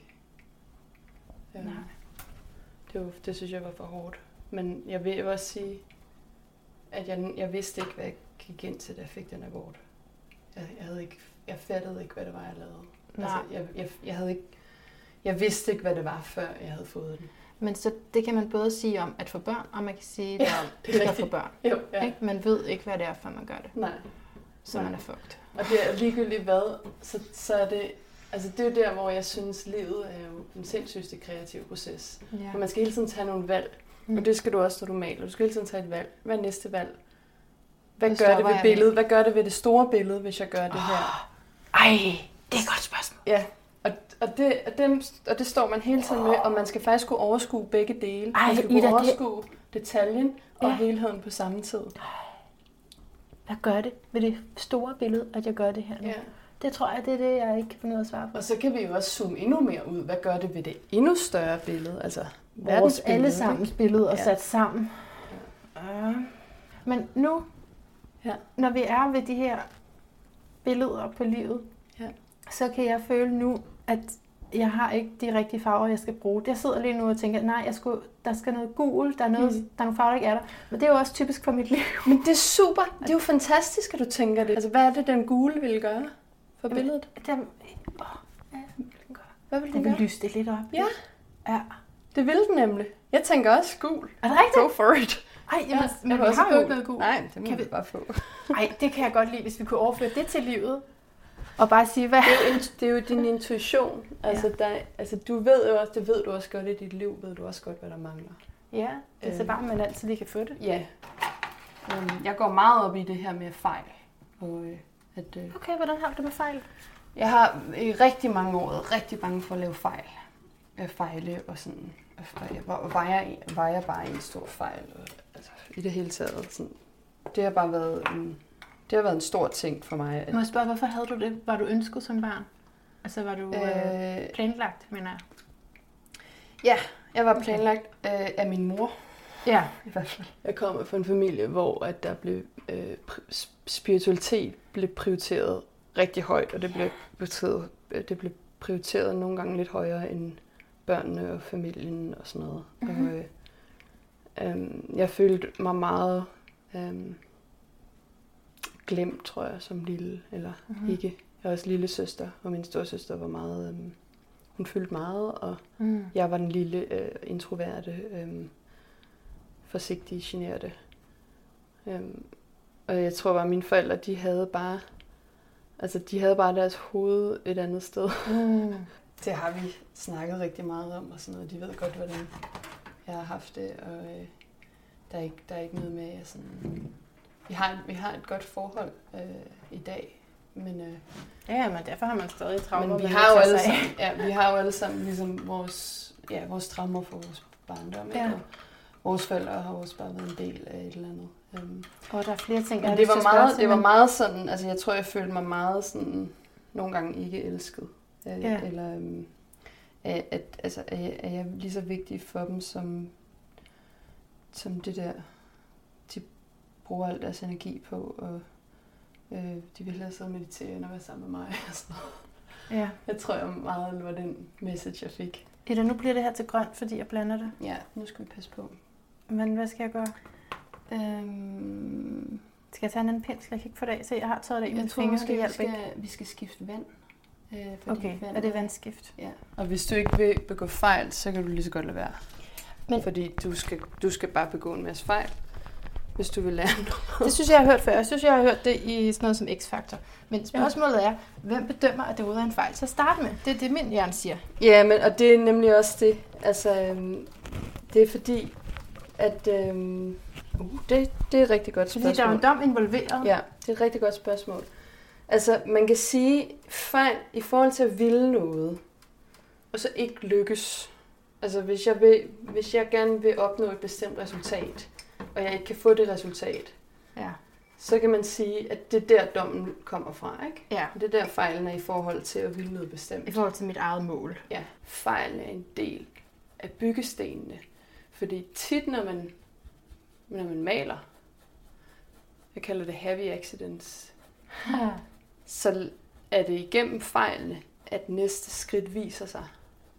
Nej. Det synes jeg var for hårdt. Men jeg vil også sige, at jeg vidste ikke, hvad jeg gik ind til, da jeg fik den abort. Jeg fattede ikke, hvad det var, jeg lavede. Altså, jeg vidste ikke, hvad det var, før jeg havde fået den. Men så det kan man både sige om at få børn, og man kan sige det om ikke at få børn. Jo, ja. Ikke? Man ved ikke, hvad det er, før man gør det. Nej. Så man er fucked. Og det er ligegyldigt hvad, så er det... Altså det er jo der, hvor jeg synes, livet er jo en sindssygste kreativ proces. Ja. For man skal hele tiden tage nogle valg. Og det skal du også, når du maler. Du skal hele tiden tage et valg. Hvad er næste valg? Hvad gør det ved billedet? Hvad gør det ved det store billede, hvis jeg gør det her? Ej, det er et godt spørgsmål. Ja, og det står man hele tiden med, og man skal faktisk kunne overskue begge dele. Man skal kunne overskue detaljen og helheden på samme tid. Hvad gør det ved det store billede, at jeg gør det her nu? Ja. Det tror jeg, det er det, jeg ikke kan finde ud af at svare på. Og så kan vi jo også zoome endnu mere ud. Hvad gør det ved det endnu større billede? Altså vores allesammens billede og sat sammen. Ja. Men nu, når vi er ved de her billeder på livet, så kan jeg føle nu, at jeg har ikke de rigtige farver, jeg skal bruge. Jeg sidder lige nu og tænker, nej, der skal noget gul, der er nogle farver, der ikke er der. Men det er jo også typisk for mit liv. Men det er super. Det er jo fantastisk, at du tænker det. Altså, hvad er det, den gule ville gøre for billedet? Hvad vil den gøre? Den vil lyse det lidt op. Ja. Det vil den nemlig. Jeg tænker også gul. Er det rigtigt? Go for it. Ej, men vi har jo ikke noget gul. Nej, det må vi bare få. Ej, det kan jeg godt lide, hvis vi kunne overføre det til livet. Og bare sige, hvad... Det er jo din intuition. Altså, du ved jo også, det ved du også godt i dit liv, ved du også godt, hvad der mangler. Ja, det er så bare, man altid lige kan få det. Ja. Jeg går meget op i det her med fejl. Okay, hvordan har du det med fejl? Jeg har i rigtig mange år været rigtig bange for at lave fejl. Fejle og sådan... Vejer bare en stor fejl. Altså, i det hele taget. Sådan, det har bare været en stor ting for mig. Må jeg spørge, hvorfor havde du det? Var du ønsket som barn? Altså var du planlagt, mener jeg? Ja, jeg var planlagt af min mor. Ja. I hvert fald. Jeg kommer fra en familie, hvor at der blev spiritualitet blev prioriteret rigtig højt, og det blev prioriteret nogle gange lidt højere end børnene og familien og sådan noget. Mm-hmm. Og jeg følte mig meget glemt, tror jeg, som lille, eller ikke. Jeg er også lille søster, og min storesøster var meget, hun fyldte meget, og jeg var den lille introverte, forsigtige, generte. Og jeg tror bare, at mine forældre, de havde bare deres hoved et andet sted. Det har vi snakket rigtig meget om, og sådan noget. De ved godt, hvordan jeg har haft det, og der er ikke noget med, sådan... Vi har et godt forhold i dag, men... men derfor har man stadig traumer. Men vi har jo alle sammen ligesom vores traumer for vores barndom, ja. Og vores forældre har også bare været en del af et eller andet. Og der er flere ting, men det var meget sådan, altså jeg tror, jeg følte mig meget sådan, nogle gange ikke elsket. Eller er jeg lige så vigtig for dem, som det der, de bruger al deres energi på, og de vil hellere sidde og meditere, end at være sammen med mig. Og sådan noget. Ja. Jeg tror, jeg meget var den message, jeg fik. Ida, nu bliver det her til grønt, fordi jeg blander det. Ja, nu skal vi passe på. Men hvad skal jeg gøre? Skal jeg tage en anden pensel? Jeg kan ikke få det af. Se, jeg har taget det i mine fingre. Vi skal skifte vand. Okay, er det vandskift? Ja. Og hvis du ikke vil begå fejl, så kan du lige så godt lade være. Men fordi du skal bare begå en masse fejl, hvis du vil lære noget. Det synes jeg har hørt før. Jeg synes, jeg har hørt det i sådan noget som X-Factor. Men spørgsmålet er, hvem bedømmer, at det er en fejl til at starte med? Det er det, min hjerne siger. Ja, men, og det er nemlig også det. Altså, det er fordi, at... det er et rigtig godt spørgsmål. Fordi der er en dom involveret. Ja, det er et rigtig godt spørgsmål. Altså, man kan sige, fejl i forhold til at ville noget, og så ikke lykkes. Altså, hvis jeg gerne vil opnå et bestemt resultat, og jeg ikke kan få det resultat, så kan man sige, at det er der dommen kommer fra, ikke? Ja. Det er der fejlen er i forhold til at ville noget bestemt. I forhold til mit eget mål. Ja, fejlen er en del af byggestenene. Fordi tit, når man maler, jeg kalder det heavy accidents, så er det igennem fejlene, at næste skridt viser sig.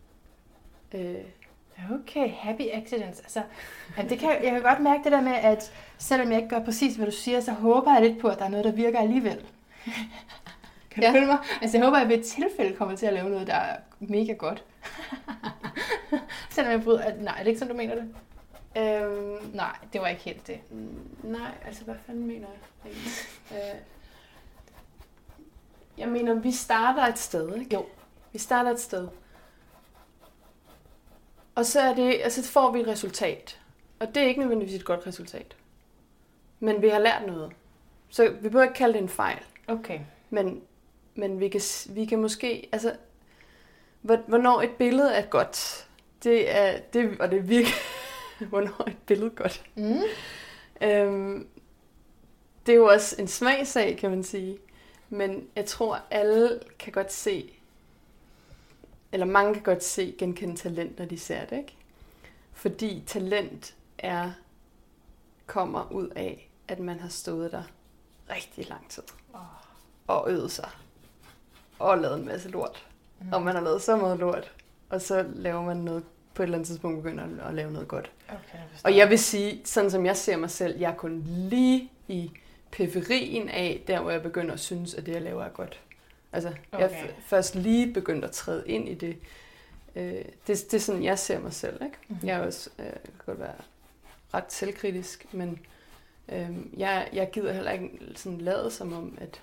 Okay, happy accidents. Altså, jeg kan godt mærke det der med, at selvom jeg ikke gør præcis, hvad du siger, så håber jeg lidt på, at der er noget, der virker alligevel. Kan du følge mig? Altså, jeg håber, at jeg ved et tilfælde kommer til at lave noget, der er mega godt. Selvom jeg bryder... Nej, er det ikke sådan, du mener det? Nej, det var ikke helt det. Nej, altså hvad fanden mener jeg? Jeg mener, vi starter et sted, ikke? Jo. Vi starter et sted. Og så får vi et resultat. Og det er ikke nødvendigvis et godt resultat. Men vi har lært noget. Så vi behøver ikke kalde det en fejl. Okay. Men vi kan måske... Altså, hvornår et billede er godt, det er virkelig... Hvornår et billede godt. Det er jo også en smagssag, kan man sige. Men jeg tror, alle kan godt se, eller mange kan godt genkende talent, når de ser det, ikke? Fordi talent kommer ud af, at man har stået der rigtig lang tid. Og øvet sig. Og lavet en masse lort. og man har lavet så meget lort, og så laver man noget, på et eller andet tidspunkt begynder at lave noget godt. Okay, og jeg vil sige, sådan som jeg ser mig selv, jeg er kun lige i periferien af, der hvor jeg begynder at synes, at det jeg laver er godt. Altså, jeg er først lige begyndt at træde ind i det. Det er sådan, jeg ser mig selv, ikke? Mm-hmm. Jeg er også, kan godt være ret selvkritisk, men jeg gider heller ikke sådan lade som om, at,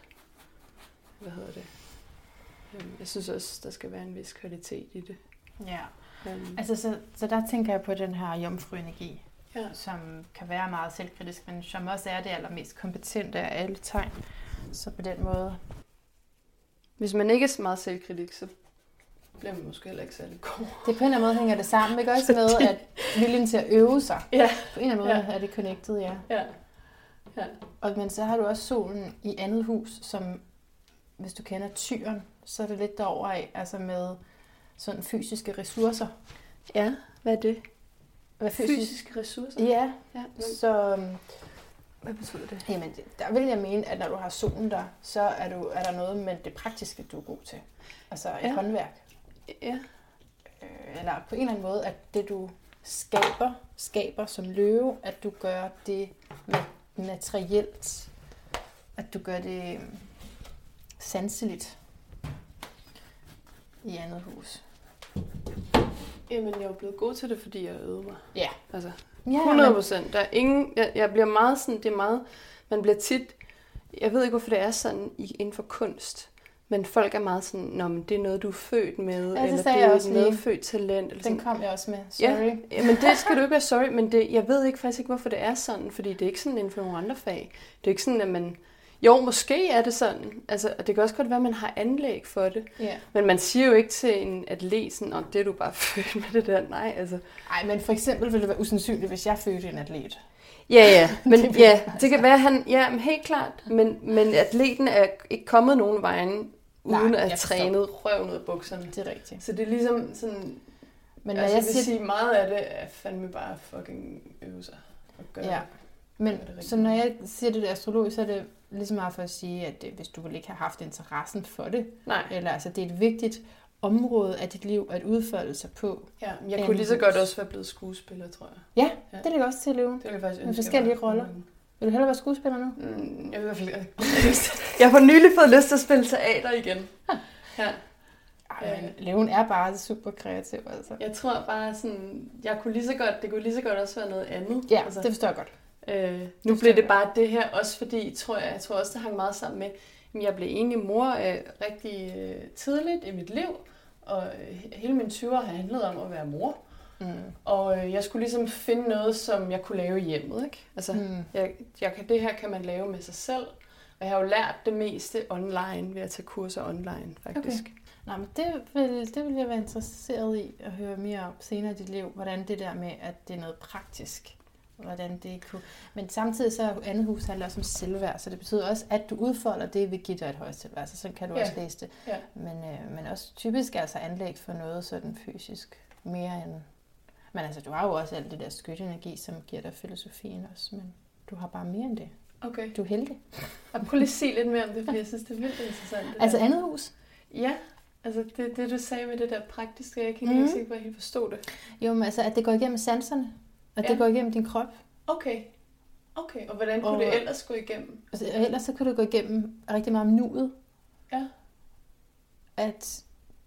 jeg synes også, der skal være en vis kvalitet i det. Ja, altså så der tænker jeg på den her jomfruenergi, som kan være meget selvkritisk, men som også er det allermest kompetente af alle tegn. Så på den måde. Hvis man ikke er så meget selvkritisk, så bliver man måske heller ikke særlig god. Det på en eller anden måde hænger det sammen, ikke også med, at viljen til at øve sig. Ja. På en eller anden måde er det connected, ja. Men så har du også solen i andet hus, som, hvis du kender tyren, så er det lidt derovre af, altså med sådan fysiske ressourcer. Ja, hvad er det? Hvad fysiske ressourcer? Ja. Så hvad betyder det? Jamen, der vil jeg mene, at når du har solen der, så er der noget med det praktiske, du er god til. Altså et håndværk. Ja. Eller på en eller anden måde, at det du skaber som løve, at du gør det materielt. At du gør det sanseligt i andet hus. Jamen, jeg er jo blevet god til det, fordi jeg øvede mig. Ja. Altså, 100%. Der er ingen, jeg bliver meget sådan, det er meget, man bliver tit, jeg ved ikke, hvorfor det er sådan inden for kunst, men folk er meget sådan, nå, men det er noget, du er født med, eller det er noget født talent. Eller den kom jeg også med, sorry. Ja, men det skal du ikke være sorry, men jeg ved ikke faktisk ikke, hvorfor det er sådan, fordi det er ikke sådan inden for nogle andre fag. Det er ikke sådan, at man, jo, måske er det sådan, altså, og det kan også godt være, at man har anlæg for det, men man siger jo ikke til en atlet sådan, det er du bare født med det der, nej, altså. Nej, men for eksempel ville det være usandsynligt, hvis jeg fødte en atlet. Ja, men det kan være, helt klart, men atleten er ikke kommet nogen vejen, uden at have trænet røven ud af bukserne. Det er rigtigt. Så det er ligesom sådan, men altså, jeg vil sige, meget af det er fandme bare fucking øve sig og gøre det. Men så når jeg siger det astrologisk, så er det ligesom meget for at sige, at hvis du vil ikke have haft interessen for det, eller altså det er et vigtigt område af dit liv at udfolde sig på. Ja, jeg kunne lige så godt også være blevet skuespiller, tror jeg. Ja, det ligger også til at leve. Det vil jeg faktisk ønske. Med forskellige roller. Vil du hellere være skuespiller nu? Jeg vil i hvert fald jeg har nylig fået lyst til at spille teater igen. Ja. Men Løven er bare super kreativ, altså. Jeg tror bare sådan, det kunne lige så godt også være noget andet. Ja, altså, det forstår jeg godt. Nu blev det bare det her, også fordi, jeg tror også, det hang meget sammen med, at jeg blev egentlig mor rigtig tidligt i mit liv, og hele min 20'er har handlet om at være mor. Og jeg skulle ligesom finde noget, som jeg kunne lave i hjemmet, ikke? Altså, det her kan man lave med sig selv, og jeg har jo lært det meste online ved at tage kurser online, faktisk. Okay. Nå, men det vil jeg være interesseret i at høre mere om senere i dit liv, hvordan det der med, at det er noget praktisk, hvordan det kunne. Men samtidig så er andet hus handler også om selvværd, så det betyder også, at du udfolder det, vil give dig et højt selvværd, så sådan kan du også læse det. Ja. Men også typisk altså anlæg for noget sådan fysisk, mere end. Men altså, du har jo også alt det der skyttenergi, som giver dig filosofien også, men du har bare mere end det. Okay. Du er heldig. Og prøv lige at sige lidt mere om det, fordi jeg synes, det er vildt interessant. Altså andet hus? Ja, altså det du sagde med det der praktiske, jeg kan ikke se, hvor jeg helt forstod det. Jo, men altså, at det går igennem sanserne, at det går igennem din krop. Okay, og hvordan kunne det ellers gå igennem? Altså, ellers så kunne det gå igennem rigtig meget om nuet. Ja. At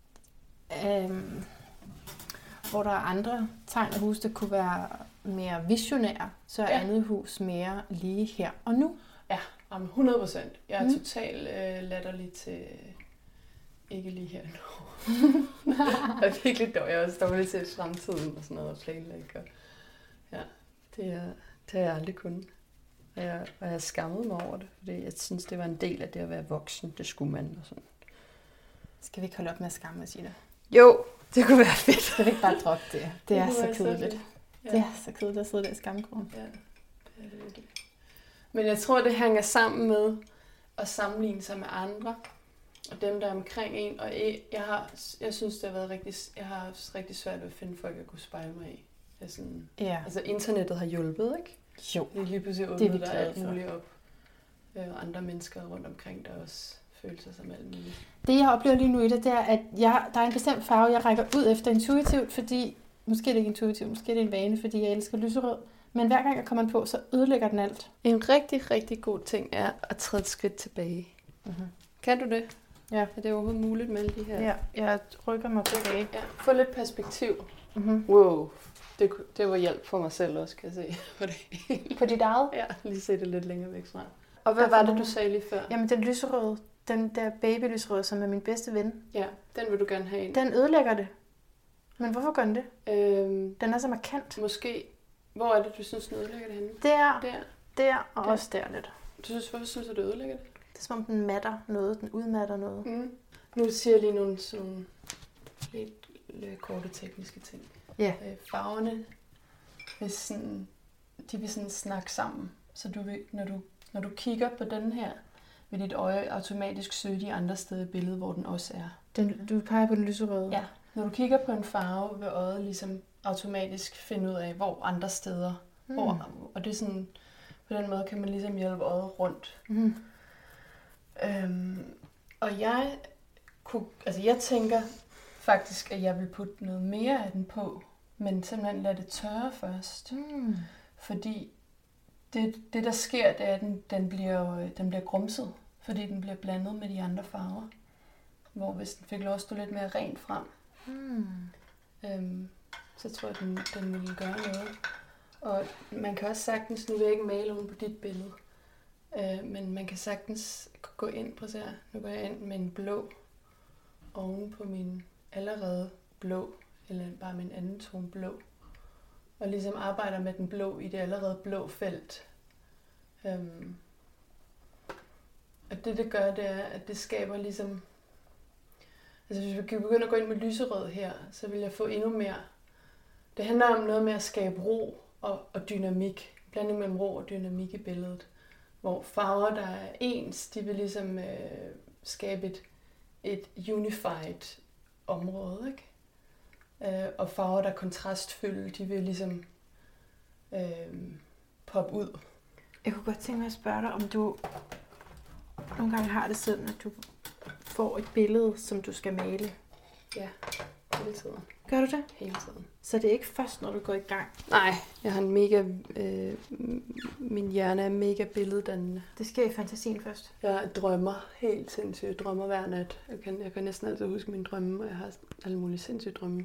hvor der er andre tegn af hus, der kunne være mere visionære, så er andet hus mere lige her og nu. Ja, 100%. Jeg er totalt latterlig til ikke lige her nu. Jeg er virkelig dårlig. Jeg er også dårlig til fremtiden og sådan noget og planlægge. Ja, det har jeg aldrig kunnet. Og jeg skammede mig over det, fordi jeg synes, det var en del af det at være voksen. Det skulle man og sådan. Skal vi ikke holde op med at skamme os i det? Jo, det kunne være fedt. Skal vi ikke bare droppe det? Det er så kedeligt. Ja. Det er så kedeligt at sidde der i skammekrogen. Ja, det er det virkelig. Men jeg tror, det hænger sammen med at sammenligne sig med andre. Og dem, der er omkring en. Og jeg synes, det har været jeg har haft rigtig svært ved at finde folk, jeg kunne spejle mig i. Altså, internettet har hjulpet, ikke? Jo. Det er lige pludselig åbnet der alt muligt op. Og andre mennesker rundt omkring, der også følelser som alt muligt. Det, jeg oplever lige nu i det, det er, at der er en bestemt farve, jeg rækker ud efter intuitivt, fordi, måske er det ikke intuitivt, måske er det en vane, fordi jeg elsker lyserød. Men hver gang jeg kommer på, så ødelægger den alt. En rigtig, rigtig god ting er at træde et skridt tilbage. Mm-hmm. Kan du det? Ja. Er det overhovedet muligt med alle de her? Ja, jeg rykker mig tilbage. Ja. Få lidt perspektiv. Mm-hmm. Wow, det var hjælp for mig selv også, kan jeg se. På dit eget? Ja, lige se det lidt længere væk fra. Og hvad var det, du sagde lige før? Jamen, den lyserøde, den der babylysrøde, som er min bedste ven. Ja, den vil du gerne have ind. Den ødelægger det. Men hvorfor gør den det? Den er så markant. Måske. Hvor er det, du synes, den ødelægger det henne? Der og også der lidt. Hvorfor synes du, det ødelægger det? Det er som om, den matter noget, den udmatter noget. Mm. Nu siger jeg lige nogle lidt korte tekniske ting. Ja. Farverne vil sådan snakke sammen. Så du vil, når du kigger på den her, vil dit øje automatisk søge de andre steder i billedet, hvor den også er. Du peger på den lyserøde? Ja. Når du kigger på en farve, vil øjet ligesom automatisk finde ud af, hvor andre steder. Og det er sådan, på den måde kan man ligesom hjælpe øjet rundt. Mm. Og jeg tænker faktisk, at jeg vil putte noget mere af den på, men simpelthen lade det tørre først. Mm. Fordi det der sker, det er, at den bliver grumset, fordi den bliver blandet med de andre farver. Hvor hvis den fik lov at stå lidt mere rent frem, så tror jeg, den ville gøre noget. Og man kan også sagtens, nu vil jeg ikke male oven på dit billede, men man kan sagtens gå ind på så her. Nu går jeg ind med en blå oven på min allerede blå, eller bare min anden tone blå. Og ligesom arbejder med den blå i det allerede blå felt. Og det gør, det er, at det skaber ligesom... Altså hvis vi begynder at gå ind med lyserød her, så vil jeg få endnu mere... Det handler om noget med at skabe ro og dynamik. Blanding mellem ro og dynamik i billedet. Hvor farver, der er ens, de vil ligesom skabe et unified område, ikke? Og farver, der er kontrastfyldte, de vil ligesom poppe ud. Jeg kunne godt tænke mig at spørge dig, om du nogle gange har det sådan, at du får et billede, som du skal male. Ja, hele tiden. Gør du det? Hele tiden. Så det er ikke først, når du går i gang? Nej, jeg har min hjerne er mega billeddannende. Det sker i fantasien først? Jeg drømmer helt sindssygt. Jeg drømmer hver nat. Jeg kan næsten altid huske mine drømme, og jeg har alle mulige sindssyge drømme.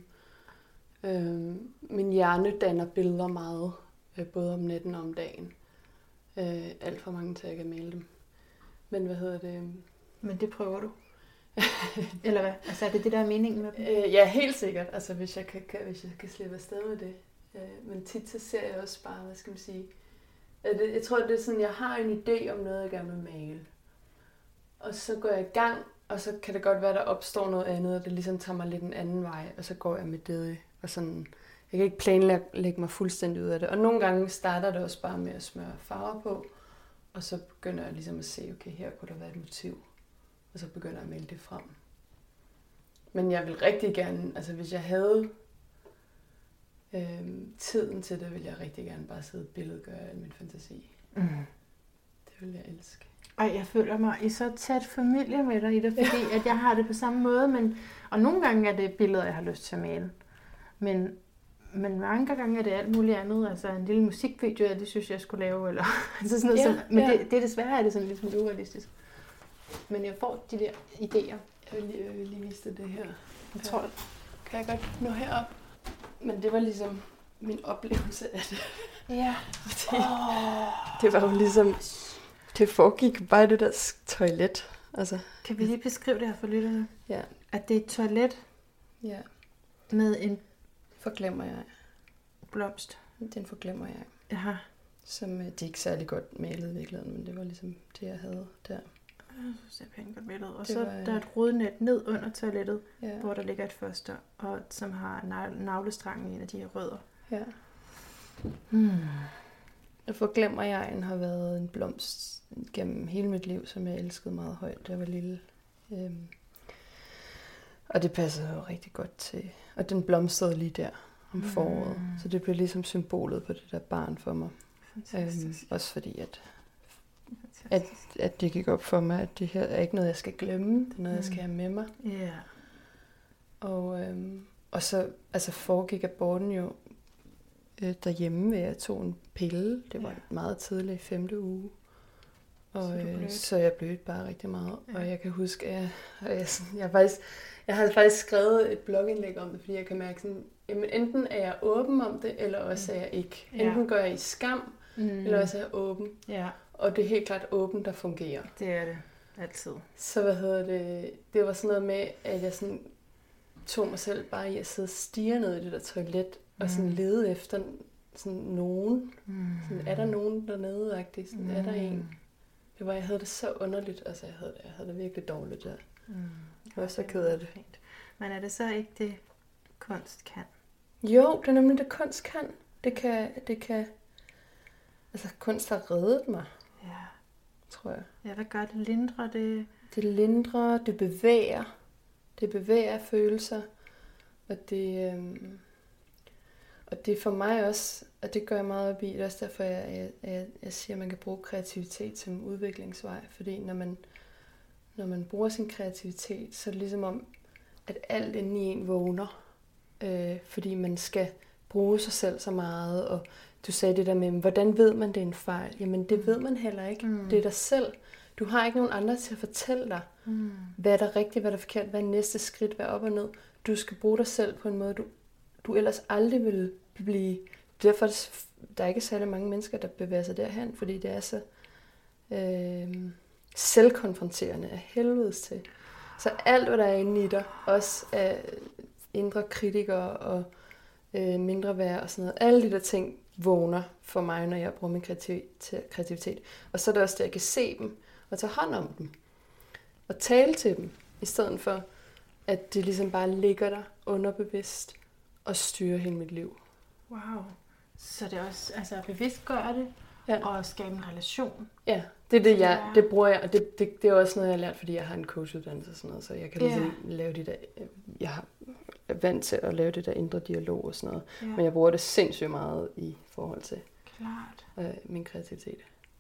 Min hjerne danner billeder meget, både om natten og om dagen. Alt for mange til, at jeg kan male dem. Men hvad hedder det? Men det prøver du? Eller hvad? Altså er det det, der er meningen med dem? Ja, helt sikkert. Altså hvis jeg kan slippe afsted med det. Men tit så ser jeg også bare, hvad skal man sige... Jeg tror, det er sådan, jeg har en idé om noget, jeg gerne vil male. Og så går jeg i gang, og så kan det godt være, der opstår noget andet, og det ligesom tager mig lidt en anden vej, og så går jeg med det. Og sådan, jeg kan ikke planlægge mig fuldstændig ud af det. Og nogle gange starter det også bare med at smøre farver på, og så begynder jeg ligesom at se, okay, her kunne der være et motiv. Og så begynder jeg at male det frem. Men jeg vil rigtig gerne, altså hvis jeg havde tiden til det, ville jeg rigtig gerne bare sidde og billedgøre al min fantasi. Mm. Det vil jeg elske. Ej, jeg føler mig i så tæt familie med dig i det, fordi at jeg har det på samme måde, og nogle gange er det billeder, jeg har lyst til at male. Men mange gange er det alt muligt andet, altså en lille musikvideo, jeg synes, jeg skulle lave, eller altså sådan noget. Men det er desværre er det sådan lidt smule urealistisk. Men jeg får de der idéer. Jeg vil lige vise det her. Jeg tror, kan jeg godt nå herop? Men det var ligesom min oplevelse af det. Ja. Det var jo ligesom... Det foregik bare det der toilet. Altså. Kan vi lige beskrive det her for lytterne? Ja. At det er et toilet med en... Forglemmer jeg. Blomst. Den forglemmer jeg. Jaha. Som det er ikke særlig godt malet i virkeligheden, men det var ligesom det, jeg havde der. Jeg synes, det er pænt godt billede. Og så der er et rodnet ned under toilettet, ja. Hvor der ligger et foster, og som har navlestrangen i en af de her rødder. Ja. Og forglemmer jeg har været en blomst gennem hele mit liv, som jeg elskede meget højt, da jeg var lille. Og det passede jo rigtig godt til. Og den blomstrede lige der om foråret. Så det blev ligesom symbolet på det der barn for mig. Også fordi, at at det gik op for mig, at det her er ikke noget, jeg skal glemme. Det er noget, jeg skal have med mig. Ja. Og så foregik aborten jo derhjemme, ved at jeg tog en pille. Det var meget tidligt, 5. uge. Og så jeg blødte bare rigtig meget. Ja. Og jeg kan huske, at jeg havde faktisk skrevet et blogindlæg om det, fordi jeg kan mærke sådan, jamen enten er jeg åben om det, eller også er jeg ikke. Enten går jeg i skam, eller også er jeg åben. Ja. Og det er helt klart åben, der fungerer. Det er det. Altid. Så det var sådan noget med, at jeg sådan tog mig selv bare i at sidde og stirre ned i det der toilet, og sådan lede efter sådan nogen. Sådan, er der nogen dernede-agtigt? Sådan, er der en? Jeg havde det så underligt. Altså, jeg havde det virkelig dårligt der. Jeg var så ked af det. Men er det så ikke det, kunst kan? Jo, det er nemlig det, kunst kan. Det kan... Altså, kunst har reddet mig. Ja. Tror jeg. Ja, hvad gør det? Lindrer det? Det lindrer, det bevæger. Det bevæger følelser. Og det er for mig også, og det gør jeg meget op i, det er også derfor, jeg siger, at man kan bruge kreativitet som udviklingsvej. Fordi når man bruger sin kreativitet, så er det ligesom om, at alt inde i en vågner. Fordi man skal bruge sig selv så meget. Og du sagde det der med, hvordan ved man, det er en fejl? Jamen, det ved man heller ikke. Det er dig selv. Du har ikke nogen andre til at fortælle dig, hvad der er rigtigt, hvad der er forkert, hvad er næste skridt, hvad er op og ned. Du skal bruge dig selv på en måde, du ellers aldrig vil blive. Derfor der er ikke særlig mange mennesker, der bevæger sig derhen, fordi det er så selvkonfronterende af helvedes til. Så alt, hvad der er inde i dig, også af indre kritikere og mindre værd og sådan noget, alle de der ting vågner for mig, når jeg bruger min kreativitet. Og så er det også det, jeg kan se dem og tage hånd om dem og tale til dem, i stedet for, at det ligesom bare ligger der underbevidst og styrer hele mit liv. Wow. Så det er også at bevidst gøre det, og skabe en relation. Ja, det er det bruger jeg, og det er også noget, jeg har lært, fordi jeg har en coachuddannelse og sådan noget, så jeg kan ligesom lave det der, jeg er vant til at lave det der indre dialog og sådan noget, men jeg bruger det sindssygt meget i forhold til min kreativitet.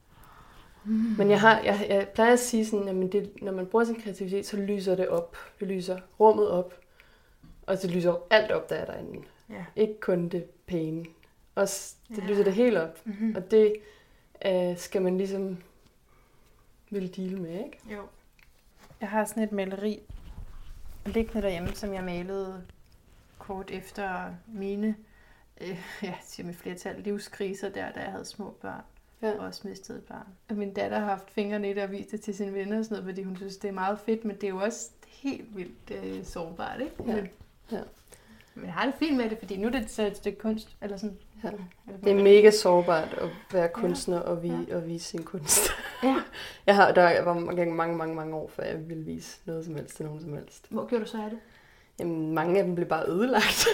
Men jeg plejer at sige sådan, at når man bruger sin kreativitet, så lyser det op. Det lyser rummet op, og det lyser alt op, der er derinde. Ja. Ikke kun det pæne. Også, det lyser det helt op. Og det skal man ligesom vil deal med, ikke? Jo. Jeg har sådan et maleri liggende derhjemme, som jeg malede kort efter mine, siger med flertal, livskriser da jeg havde små børn. Og også mistet et barn. Og min datter har haft fingrene i det og vist det til sine venner og sådan noget, fordi hun synes, det er meget fedt, men det er jo også helt vildt sårbart, ikke? Ja. Men jeg har det fint med det, fordi nu er det så et stykke kunst, eller sådan. Ja. Det er mega sårbart at være kunstner og vise sin kunst. Ja. Der var mange år, før jeg ville vise noget som helst til nogen som helst. Hvor gjorde du så af det? Jamen, mange af dem blev bare ødelagt.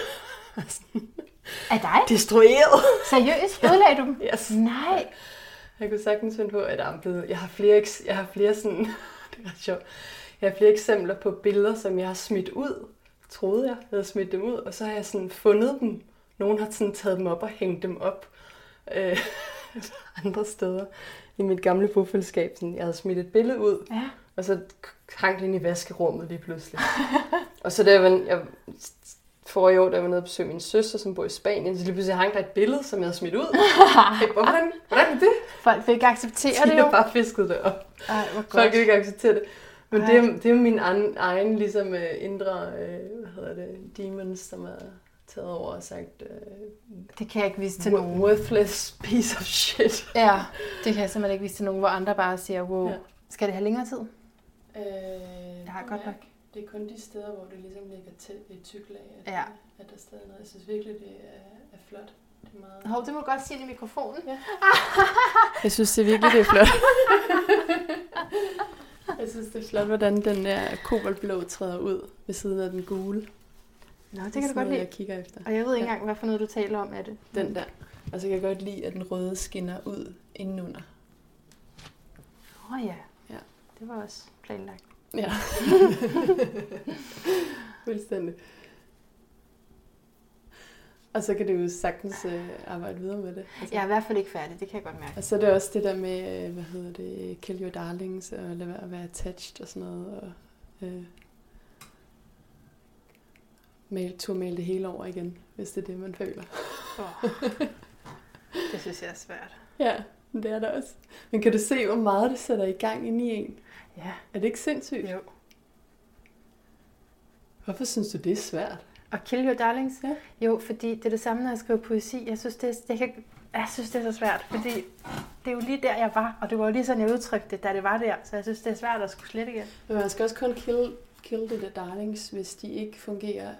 Af dig? Destrueret. Seriøst? Ødelagde du dem? Yes. Nej. Jeg kunne sagtens finde på, at jeg har flere sådan, det er ret sjovt. Jeg har flere eksempler på billeder, som jeg har smidt ud. Troede jeg havde smidt dem ud, og så har jeg sådan fundet dem. Nogen har sådan taget dem op og hængt dem op andre steder i mit gamle bofællesskab. Jeg havde smidt et billede ud, og så hang det ind i vaskerummet lige pludselig. Og så forrige år, da jeg var nede og besøgte min søster, som bor i Spanien, så lige pludselig hang der et billede, som jeg havde smidt ud. Hvordan er det? Folk fik ikke acceptere det jo. De har bare fisket det op. Ej, hvor godt. Folk kan ikke acceptere det. Men det er min egen ligesom indre, demons, som er taget over og sagt... det kan jeg ikke vise til nogen. Worthless piece of shit. Ja, det kan jeg simpelthen ikke vise til nogen, hvor andre bare siger, wow, skal det have længere tid? Jeg har godt nok. Det er kun de steder, hvor det ligesom ligger til et tyk lag, at der stadig er noget. Jeg synes virkelig, det er flot. Det er meget... Hov, det må du godt sige i mikrofonen. Ja. Jeg synes det virkelig, det er flot. Jeg synes, det er flot, hvordan den der koboldblå træder ud ved siden af den gule. Nå, det kan du godt lide. Jeg kigger efter. Og jeg ved ikke engang, hvad for noget du taler om af det. Den der. Og så kan jeg godt lide, at den røde skinner ud indenunder. Ja. Det var også planlagt. Ja. Fuldstændig. Og så kan du jo sagtens arbejde videre med det. Altså. Jeg er i hvert fald ikke færdig, det kan jeg godt mærke. Og så er det også det der med, kill your darlings, og lade være at være attached og sådan noget, og male det hele over igen, hvis det er det, man føler. Det synes jeg er svært. Ja, det er det også. Men kan du se, hvor meget det sætter i gang ind i en? Ja. Er det ikke sindssygt? Jo. Hvorfor synes du, det er svært? Og kill your darlings? Ja. Jo, fordi det er det samme, når jeg skriver poesi. Jeg synes, det er så svært, fordi det er jo lige der, jeg var, og det var jo lige sådan, jeg udtrykte det, da det var der. Så jeg synes, det er svært at skulle slet igen. Men man skal også kun kill the darlings, hvis de ikke fungerer.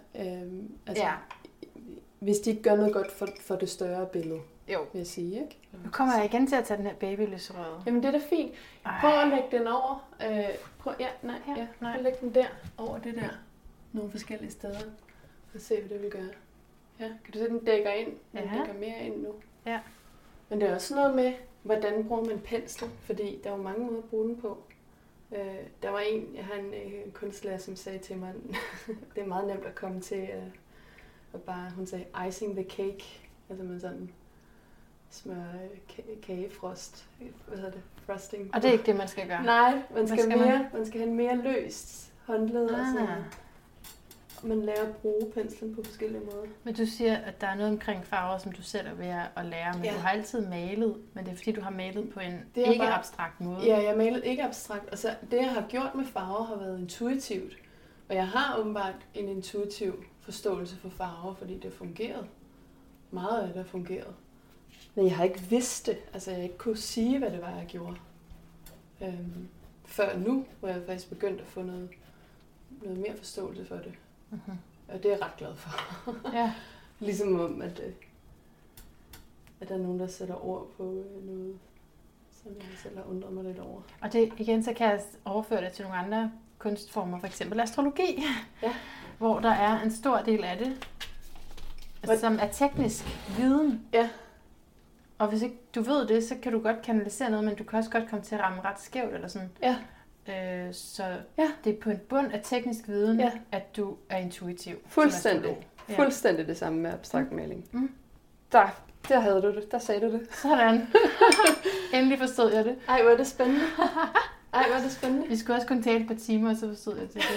Hvis de ikke gør noget godt for det større billede, jo. Vil jeg sige, ikke? Nu kommer jeg igen til at tage den her babylysrøde. Jamen, det er da fint. Prøv at lægge den over. Prøv at lægge den der over det der. Nogle forskellige steder. Og se, hvad det vil gøre. Ja, kan du se, den dækker ind? Den dækker mere ind nu. Ja. Men det er også noget med, hvordan bruger man pensel? Fordi der er jo mange måder at bruge den på. Der var jeg har en kunstlærer, som sagde til mig, det er meget nemt at komme til og bare, hun sagde, icing the cake. Altså man sådan smør kagefrost. Hvad hedder det? Frosting. Og det er ikke det, man skal gøre? Nej, man skal have mere løst håndled og sådan. Man lærer at bruge penslen på forskellige måder. Men du siger, at der er noget omkring farver, som du selv er ved at lære, men du har altid malet, men det er fordi, du har malet på en ikke-abstrakt måde. Ja, jeg har malet ikke-abstrakt, og så det, jeg har gjort med farver, har været intuitivt. Og jeg har åbenbart en intuitiv forståelse for farver, fordi det har fungeret. Meget af det har fungeret. Men jeg har ikke vidst det, altså jeg ikke kunne sige, hvad det var, jeg gjorde. Før nu, hvor jeg faktisk begyndt at få noget mere forståelse for det. Mm-hmm. Og det er jeg ret glad for. Ja. Ligesom om, at der er nogen, der sætter ord på noget, som jeg selv har undret mig lidt over. Og det igen, så kan jeg overføre det til nogle andre kunstformer, for eksempel astrologi, hvor der er en stor del af det, som er teknisk viden. Ja. Og hvis ikke du ved det, så kan du godt kanalisere noget, men du kan også godt komme til at ramme ret skævt eller sådan. Ja. Så det er på en bund af teknisk viden, at du er intuitiv. Fuldstændig. Fuldstændig det samme med abstrakt maling. Mm. Der havde du det. Der sagde du det. Sådan. Endelig forstod jeg det. Ej, hvor er det spændende. Vi skulle også kun tale et par timer, og så forstod jeg det.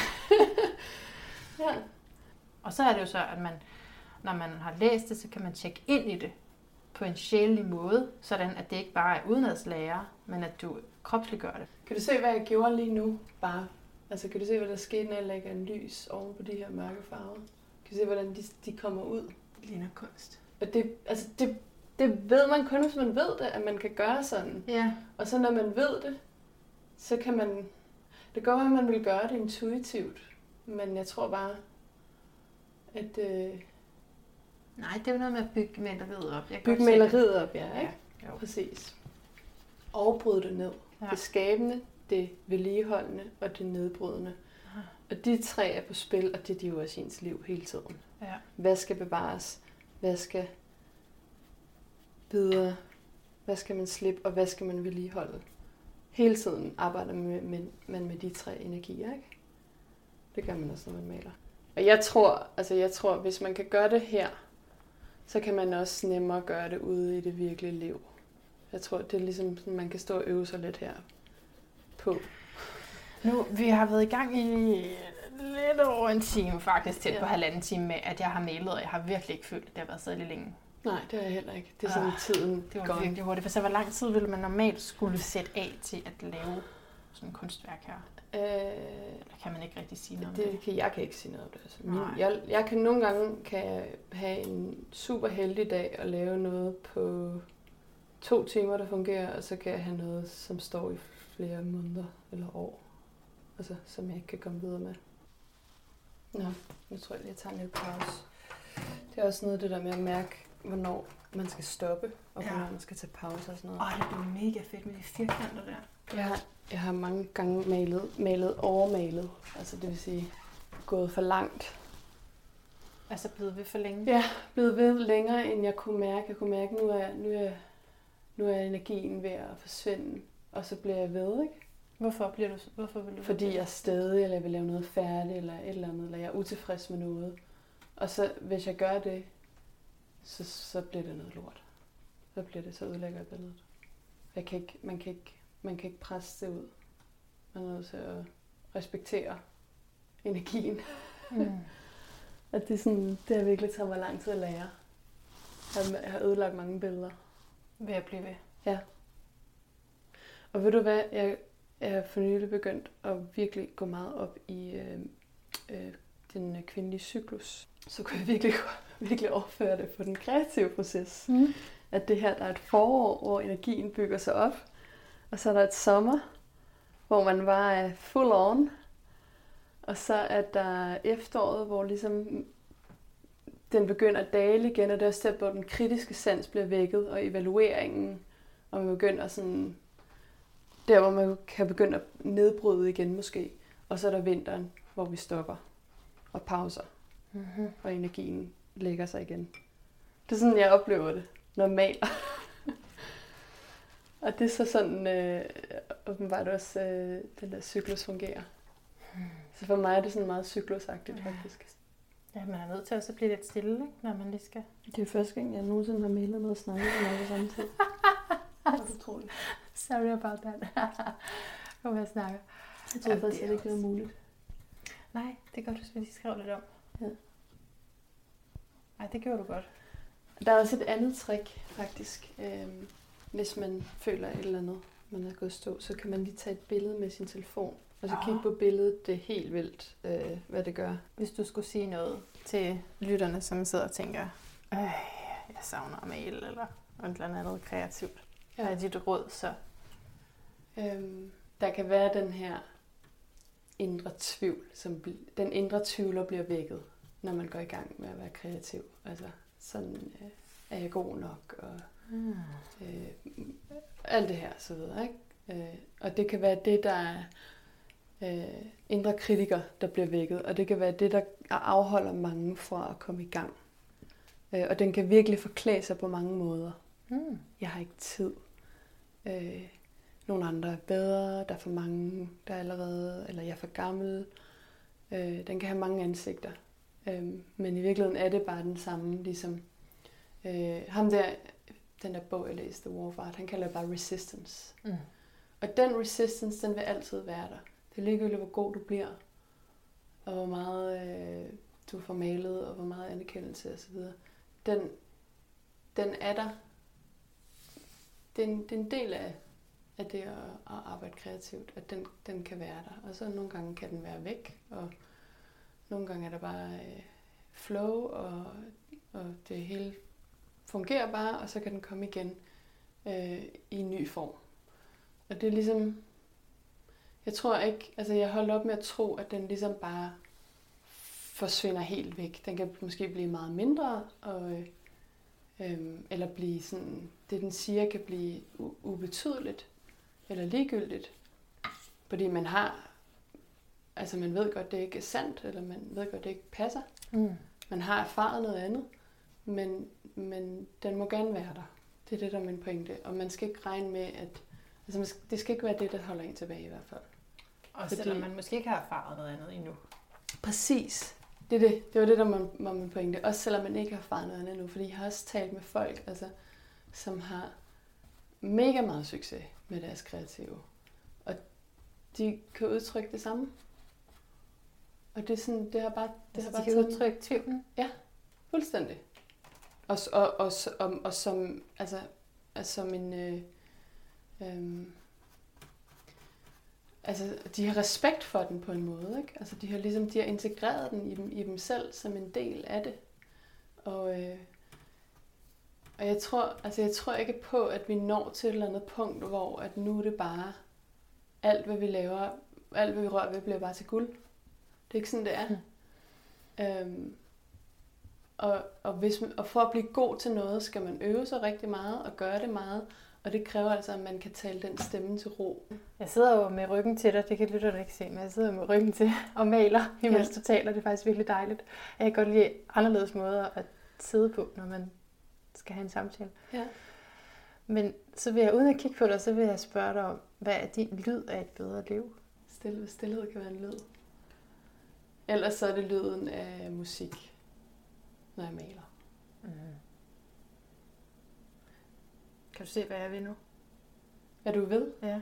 Ja. Og så er det jo så, at når man har læst det, så kan man tjekke ind i det på en sjælelig måde, sådan at det ikke bare er udenadslære, men at du kropsliggør det. Kan du se, hvad jeg gjorde lige nu? Bare. Altså, kan du se, hvad der skete, når jeg lægger en lys oven på de her mørke farver? Kan du se, hvordan de kommer ud? Det ligner kunst. Og det ved man kun, hvis man ved det, at man kan gøre sådan. Ja. Og så når man ved det, så kan man... Det kan godt være, at man vil gøre det intuitivt, men jeg tror bare, at... Nej, det er jo noget med at bygge maleriet op. Bygge maleriet op, ja, ikke? Ja, præcis. Og bryde det ned. Ja. Det skabende, det vedligeholdende og det nedbrydende. Aha. Og de tre er på spil, og det er de jo også i ens liv hele tiden. Ja. Hvad skal bevares? Hvad skal videre? Hvad skal man slippe? Og hvad skal man vedligeholde? Hele tiden arbejder man med de tre energier, ikke? Det gør man også, når man maler. Og jeg tror, hvis man kan gøre det her, så kan man også nemmere gøre det ude i det virkelige liv. Jeg tror, det er ligesom, man kan stå og øve sig lidt her på. Nu, vi har været i gang i lidt over en time, faktisk tæt på 1,5 time med, at jeg har malet, og jeg har virkelig ikke følt, at det har været så længe. Nej, det har jeg heller ikke. Det er sådan tiden det var virkelig hurtigt. For så hvor lang tid ville man normalt skulle sætte af til at lave sådan et kunstværk her? Eller kan man ikke rigtig sige noget om det? Jeg kan ikke sige noget om det. Altså, jeg kan nogle gange have en super heldig dag og lave noget på 2 timer, der fungerer, og så kan jeg have noget, som står i flere måneder eller år, altså, som jeg ikke kan komme videre med. Nå, nu tror jeg lige, jeg tager en lille pause. Det er også noget det der med at mærke, hvornår man skal stoppe, og hvornår man skal tage pause og sådan noget. Det bliver mega fedt med de firkanter der. Jeg har mange gange malet overmalet, altså det vil sige gået for langt. Altså blevet ved for længe? Ja, blevet ved længere, end jeg kunne mærke. Jeg kunne mærke, nu er energien ved at forsvinde, og så bliver jeg ved, ikke? Hvorfor vil du? Fordi jeg er stadig, eller jeg vil lave noget færdigt, eller et eller andet, eller jeg er utilfreds med noget. Og så, hvis jeg gør det, så bliver det noget lort. Så bliver det, så ødelægger jeg billedet. Man kan ikke presse det ud. Man er nødt til at respektere energien. At det, er sådan, det har virkelig taget mig lang tid at lære. Jeg har ødelagt mange billeder. Ved at blive ved. Ja. Og ved du hvad, jeg er for nylig begyndt at virkelig gå meget op i den kvindelige cyklus. Så kunne jeg virkelig overføre det på den kreative proces. At det her, der er et forår, hvor energien bygger sig op. Og så er der et sommer, hvor man bare er full on. Og så er der efteråret, hvor ligesom den begynder at dale igen, og det er også der, hvor den kritiske sans bliver vækket, og evalueringen, og man begynder sådan, der hvor man kan begynde at nedbryde igen måske. Og så er der vinteren, hvor vi stopper og pauser, og energien lægger sig igen. Det er sådan, jeg oplever det, når jeg maler. Og det er så sådan, åbenbart også, den der cyklus fungerer. Så for mig er det sådan meget cyklusagtigt, faktisk. Ja, man er nødt til at så blive lidt stille, ikke? Når man lige skal... Det er første gang, jeg nogensinde har malet noget og snakket med mig på samme tid. Det er utroligt. Sorry about that. Hvor jeg snakker. Jeg troede faktisk, at det ikke var muligt. Nej, det gør du, hvis vi skrev lidt om. Ja. Ej, det gjorde du godt. Der er også et andet trick, faktisk. Hvis man føler et eller andet, man er gået stå, så kan man lige tage et billede med sin telefon. Og så kigge på billedet, det er helt vildt, hvad det gør. Hvis du skulle sige noget til lytterne, som sidder og tænker, jeg savner at male, eller et eller andet kreativt. Hvad er dit råd så? Der kan være den her indre tvivl, den indre tvivler bliver vækket, når man går i gang med at være kreativ. Altså sådan, er jeg god nok, og alt det her, så videre, ikke? Og det kan være det, der er indre kritiker, der bliver vækket, og det kan være det, der afholder mange fra at komme i gang. Og den kan virkelig forklæde sig på mange måder. Jeg har ikke tid. Nogle andre er bedre, der er for mange, der er allerede, eller jeg er for gammel. Den kan have mange ansigter. Men i virkeligheden er det bare den samme, ligesom ham der, den der bog, jeg læste, The War of Art, han kalder det bare resistance. Og den resistance, den vil altid være der. Det er ligegyldigt, hvor god du bliver, og hvor meget du får malet, og hvor meget anerkendelse osv. Den er der. Det er en del af det at arbejde kreativt, at den kan være der. Og så nogle gange kan den være væk, og nogle gange er der bare flow, og det hele fungerer bare, og så kan den komme igen i en ny form. Og det er ligesom... Jeg tror ikke, altså jeg holdt op med at tro, at den ligesom bare forsvinder helt væk. Den kan måske blive meget mindre, og, eller blive sådan, det den siger kan blive ubetydeligt, eller ligegyldigt. Fordi man har, altså man ved godt, det ikke er sandt, eller man ved godt, det ikke passer. Man har erfaret noget andet, men den må gerne være der. Det er det, der er min pointe. Og man skal ikke regne med, at altså, det skal ikke være det, der holder en tilbage i hvert fald. Og selvom man måske ikke har erfaret noget andet endnu. Præcis. Det var det, der var min pointe. Også selvom man ikke har erfaret noget andet endnu. Fordi jeg har også talt med folk, altså, som har mega meget succes med deres kreative. Og de kan udtrykke det samme. Og det er sådan, det har bare... Det har bare kan udtrykke tvivlen? Ja, fuldstændig. Og som, altså som en... altså, de har respekt for den på en måde, ikke? Altså, de har integreret den i dem selv som en del af det. Og jeg tror ikke på, at vi når til et eller andet punkt, hvor at nu er det bare alt, hvad vi laver, alt, hvad vi rører ved, bliver bare til guld. Det er ikke sådan, det er. Og for at blive god til noget, skal man øve sig rigtig meget og gøre det meget. Og det kræver altså, at man kan tale den stemme til ro. Jeg sidder jo med ryggen til dig, det kan lytterne ikke se, men jeg sidder med ryggen til og maler, imens du taler. Det er faktisk virkelig dejligt. Jeg kan godt lide anderledes måder at sidde på, når man skal have en samtale. Ja. Men så vil jeg, uden at kigge på dig, så vil jeg spørge dig om, hvad er din lyd af et bedre liv? Stilhed kan være en lyd. Ellers så er det lyden af musik, når jeg maler. Kan du se, hvad jeg vil nu? Er du ved? Ja.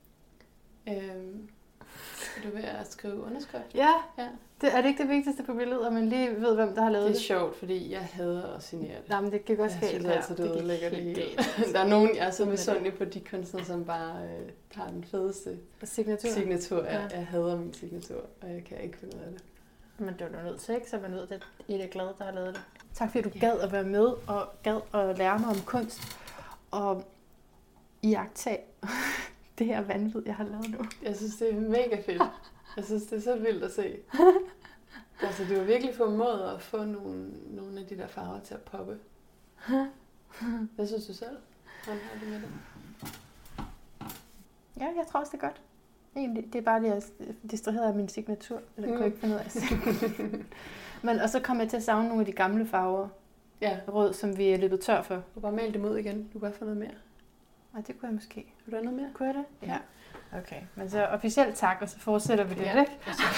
Er du ved at skrive underskrift? Ja. Ja. Er det ikke det vigtigste på billedet, at man lige ved, hvem der har lavet Det det? er sjovt, fordi jeg hader at signere det. Nej, men det gik også Jeg helt synes altid, det ødelægger det hele. Der er nogen, jeg er så misundelig på de kunstnere, som bare har den fedeste signatur. Jeg hader min signatur, og jeg kan ikke finde ud af det. Men det er du nødt til, ikke? Så man ved, at I er glad, der har lavet det. Tak fordi du gad at være med, og gad at lære mig om kunst. Og iagttage det her vanvid, jeg har lavet nu. Jeg synes, det er mega fedt. Jeg synes, det er så vildt at se. Altså, du har virkelig formået at få nogle af de der farver til at poppe. Hvad synes du selv? Hvordan har du med det? Ja, jeg tror også, det er godt. Egentlig, det er bare det, jeg distraheret af min signatur. Det kunne jeg ikke finde ud af. Men, og så kom jeg til at savne nogle af de gamle farver. Ja. Rød, som vi er løbet tør for. Du bare male dem ud igen. Du kan bare få noget mere. Nej, det kunne jeg måske. Vil du have noget mere? Kunne jeg det? Ja. Okay, men så officielt tak, og så fortsætter vi det, ikke?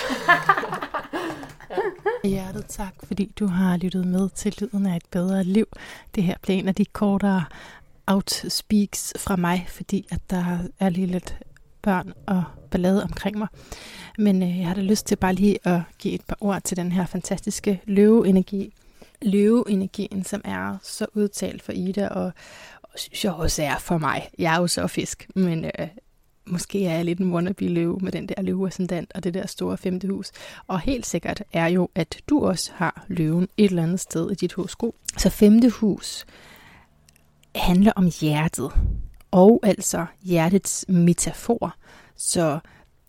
Hjertet tak, fordi du har lyttet med til Lyden af et bedre liv. Det her blev en af de kortere outspeaks fra mig, fordi at der er lige lidt børn og ballade omkring mig. Men jeg har da lyst til bare lige at give et par ord til den her fantastiske løveenergi. Løveenergien, som er så udtalt for Ida, og synes jeg også er for mig. Jeg er jo så fisk, men måske er jeg lidt en wannabe-løve med den der løveascendant og det der store 5. hus. Og helt sikkert er jo, at du også har løven et eller andet sted i dit horoskop. Så 5. hus handler om hjertet, og altså hjertets metafor. Så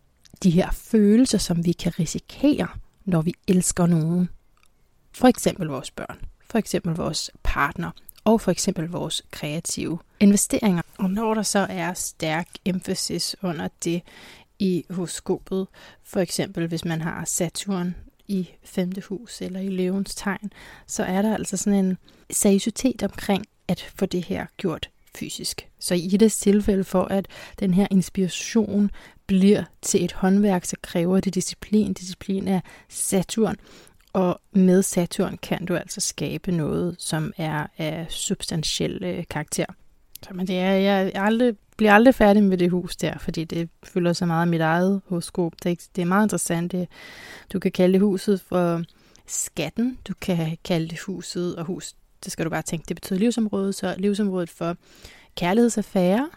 de her følelser, som vi kan risikere, når vi elsker nogen. For eksempel vores børn, for eksempel vores partner, og for eksempel vores kreative investeringer. Og når der så er stærk emphasis under det i horoskopet, for eksempel hvis man har Saturn i 5. hus eller i løvens tegn, så er der altså sådan en seriøsitet omkring at få det her gjort fysisk. Så i det tilfælde for, at den her inspiration bliver til et håndværk, så kræver det disciplin. Disciplin er Saturn. Og med Saturn kan du altså skabe noget, som er af substantiel karakter. Så, men jeg bliver aldrig færdig med det hus der, fordi det fylder så meget af mit eget horoskop. Det er meget interessant. Du kan kalde det huset for skatten. Du kan kalde det huset, og hus, det skal du bare tænke, det betyder livsområdet. Så livsområdet for kærlighedsaffære,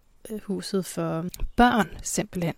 huset for børn simpelthen.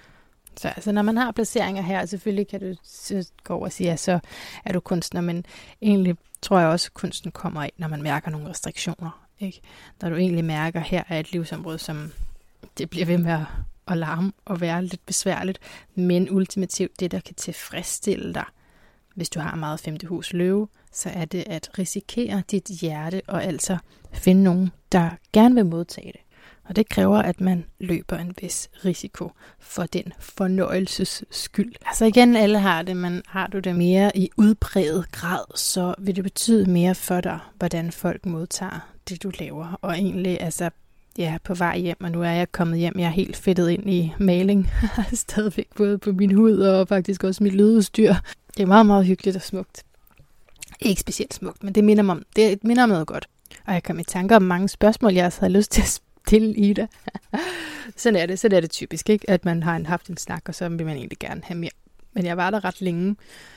Så altså, når man har placeringer her, selvfølgelig kan du gå over og sige, at så er du kunstner, men egentlig tror jeg også, at kunsten kommer ind, når man mærker nogle restriktioner. Ikke? Når du egentlig mærker, at her er et livsområde, som det bliver ved med at larme og være lidt besværligt, men ultimativt det, der kan tilfredsstille dig, hvis du har meget 5. hus løve, så er det at risikere dit hjerte og altså finde nogen, der gerne vil modtage det. Og det kræver, at man løber en vis risiko for den fornøjelses skyld. Altså igen, alle har det, men har du det mere i udpræget grad, så vil det betyde mere for dig, hvordan folk modtager det, du laver. Og egentlig, altså, jeg er på vej hjem, og nu er jeg kommet hjem. Jeg er helt fedtet ind i maling. Stadigvæk både på min hud og faktisk også mit lydudstyr. Det er meget, meget hyggeligt og smukt. Ikke specielt smukt, men det minder mig om noget godt. Og jeg kom i tanker om mange spørgsmål, jeg havde lyst til at til Ida. Sådan er det typisk, ikke? At man har haft en snak, og så vil man egentlig gerne have mere. Men jeg var der ret længe,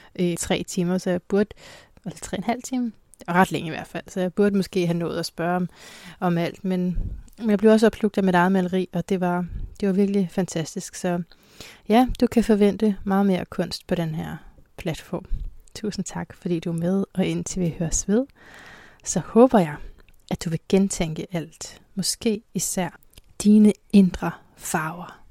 3 timer, så jeg burde, eller 3,5 timer, ret længe i hvert fald, så jeg burde måske have nået at spørge om alt, men jeg blev også opslugt af mit eget maleri, og det var virkelig fantastisk. Så ja, du kan forvente meget mere kunst på den her platform. Tusind tak, fordi du er med, og indtil vi høres ved, så håber jeg, at du vil gentænke alt. Måske især dine indre farver.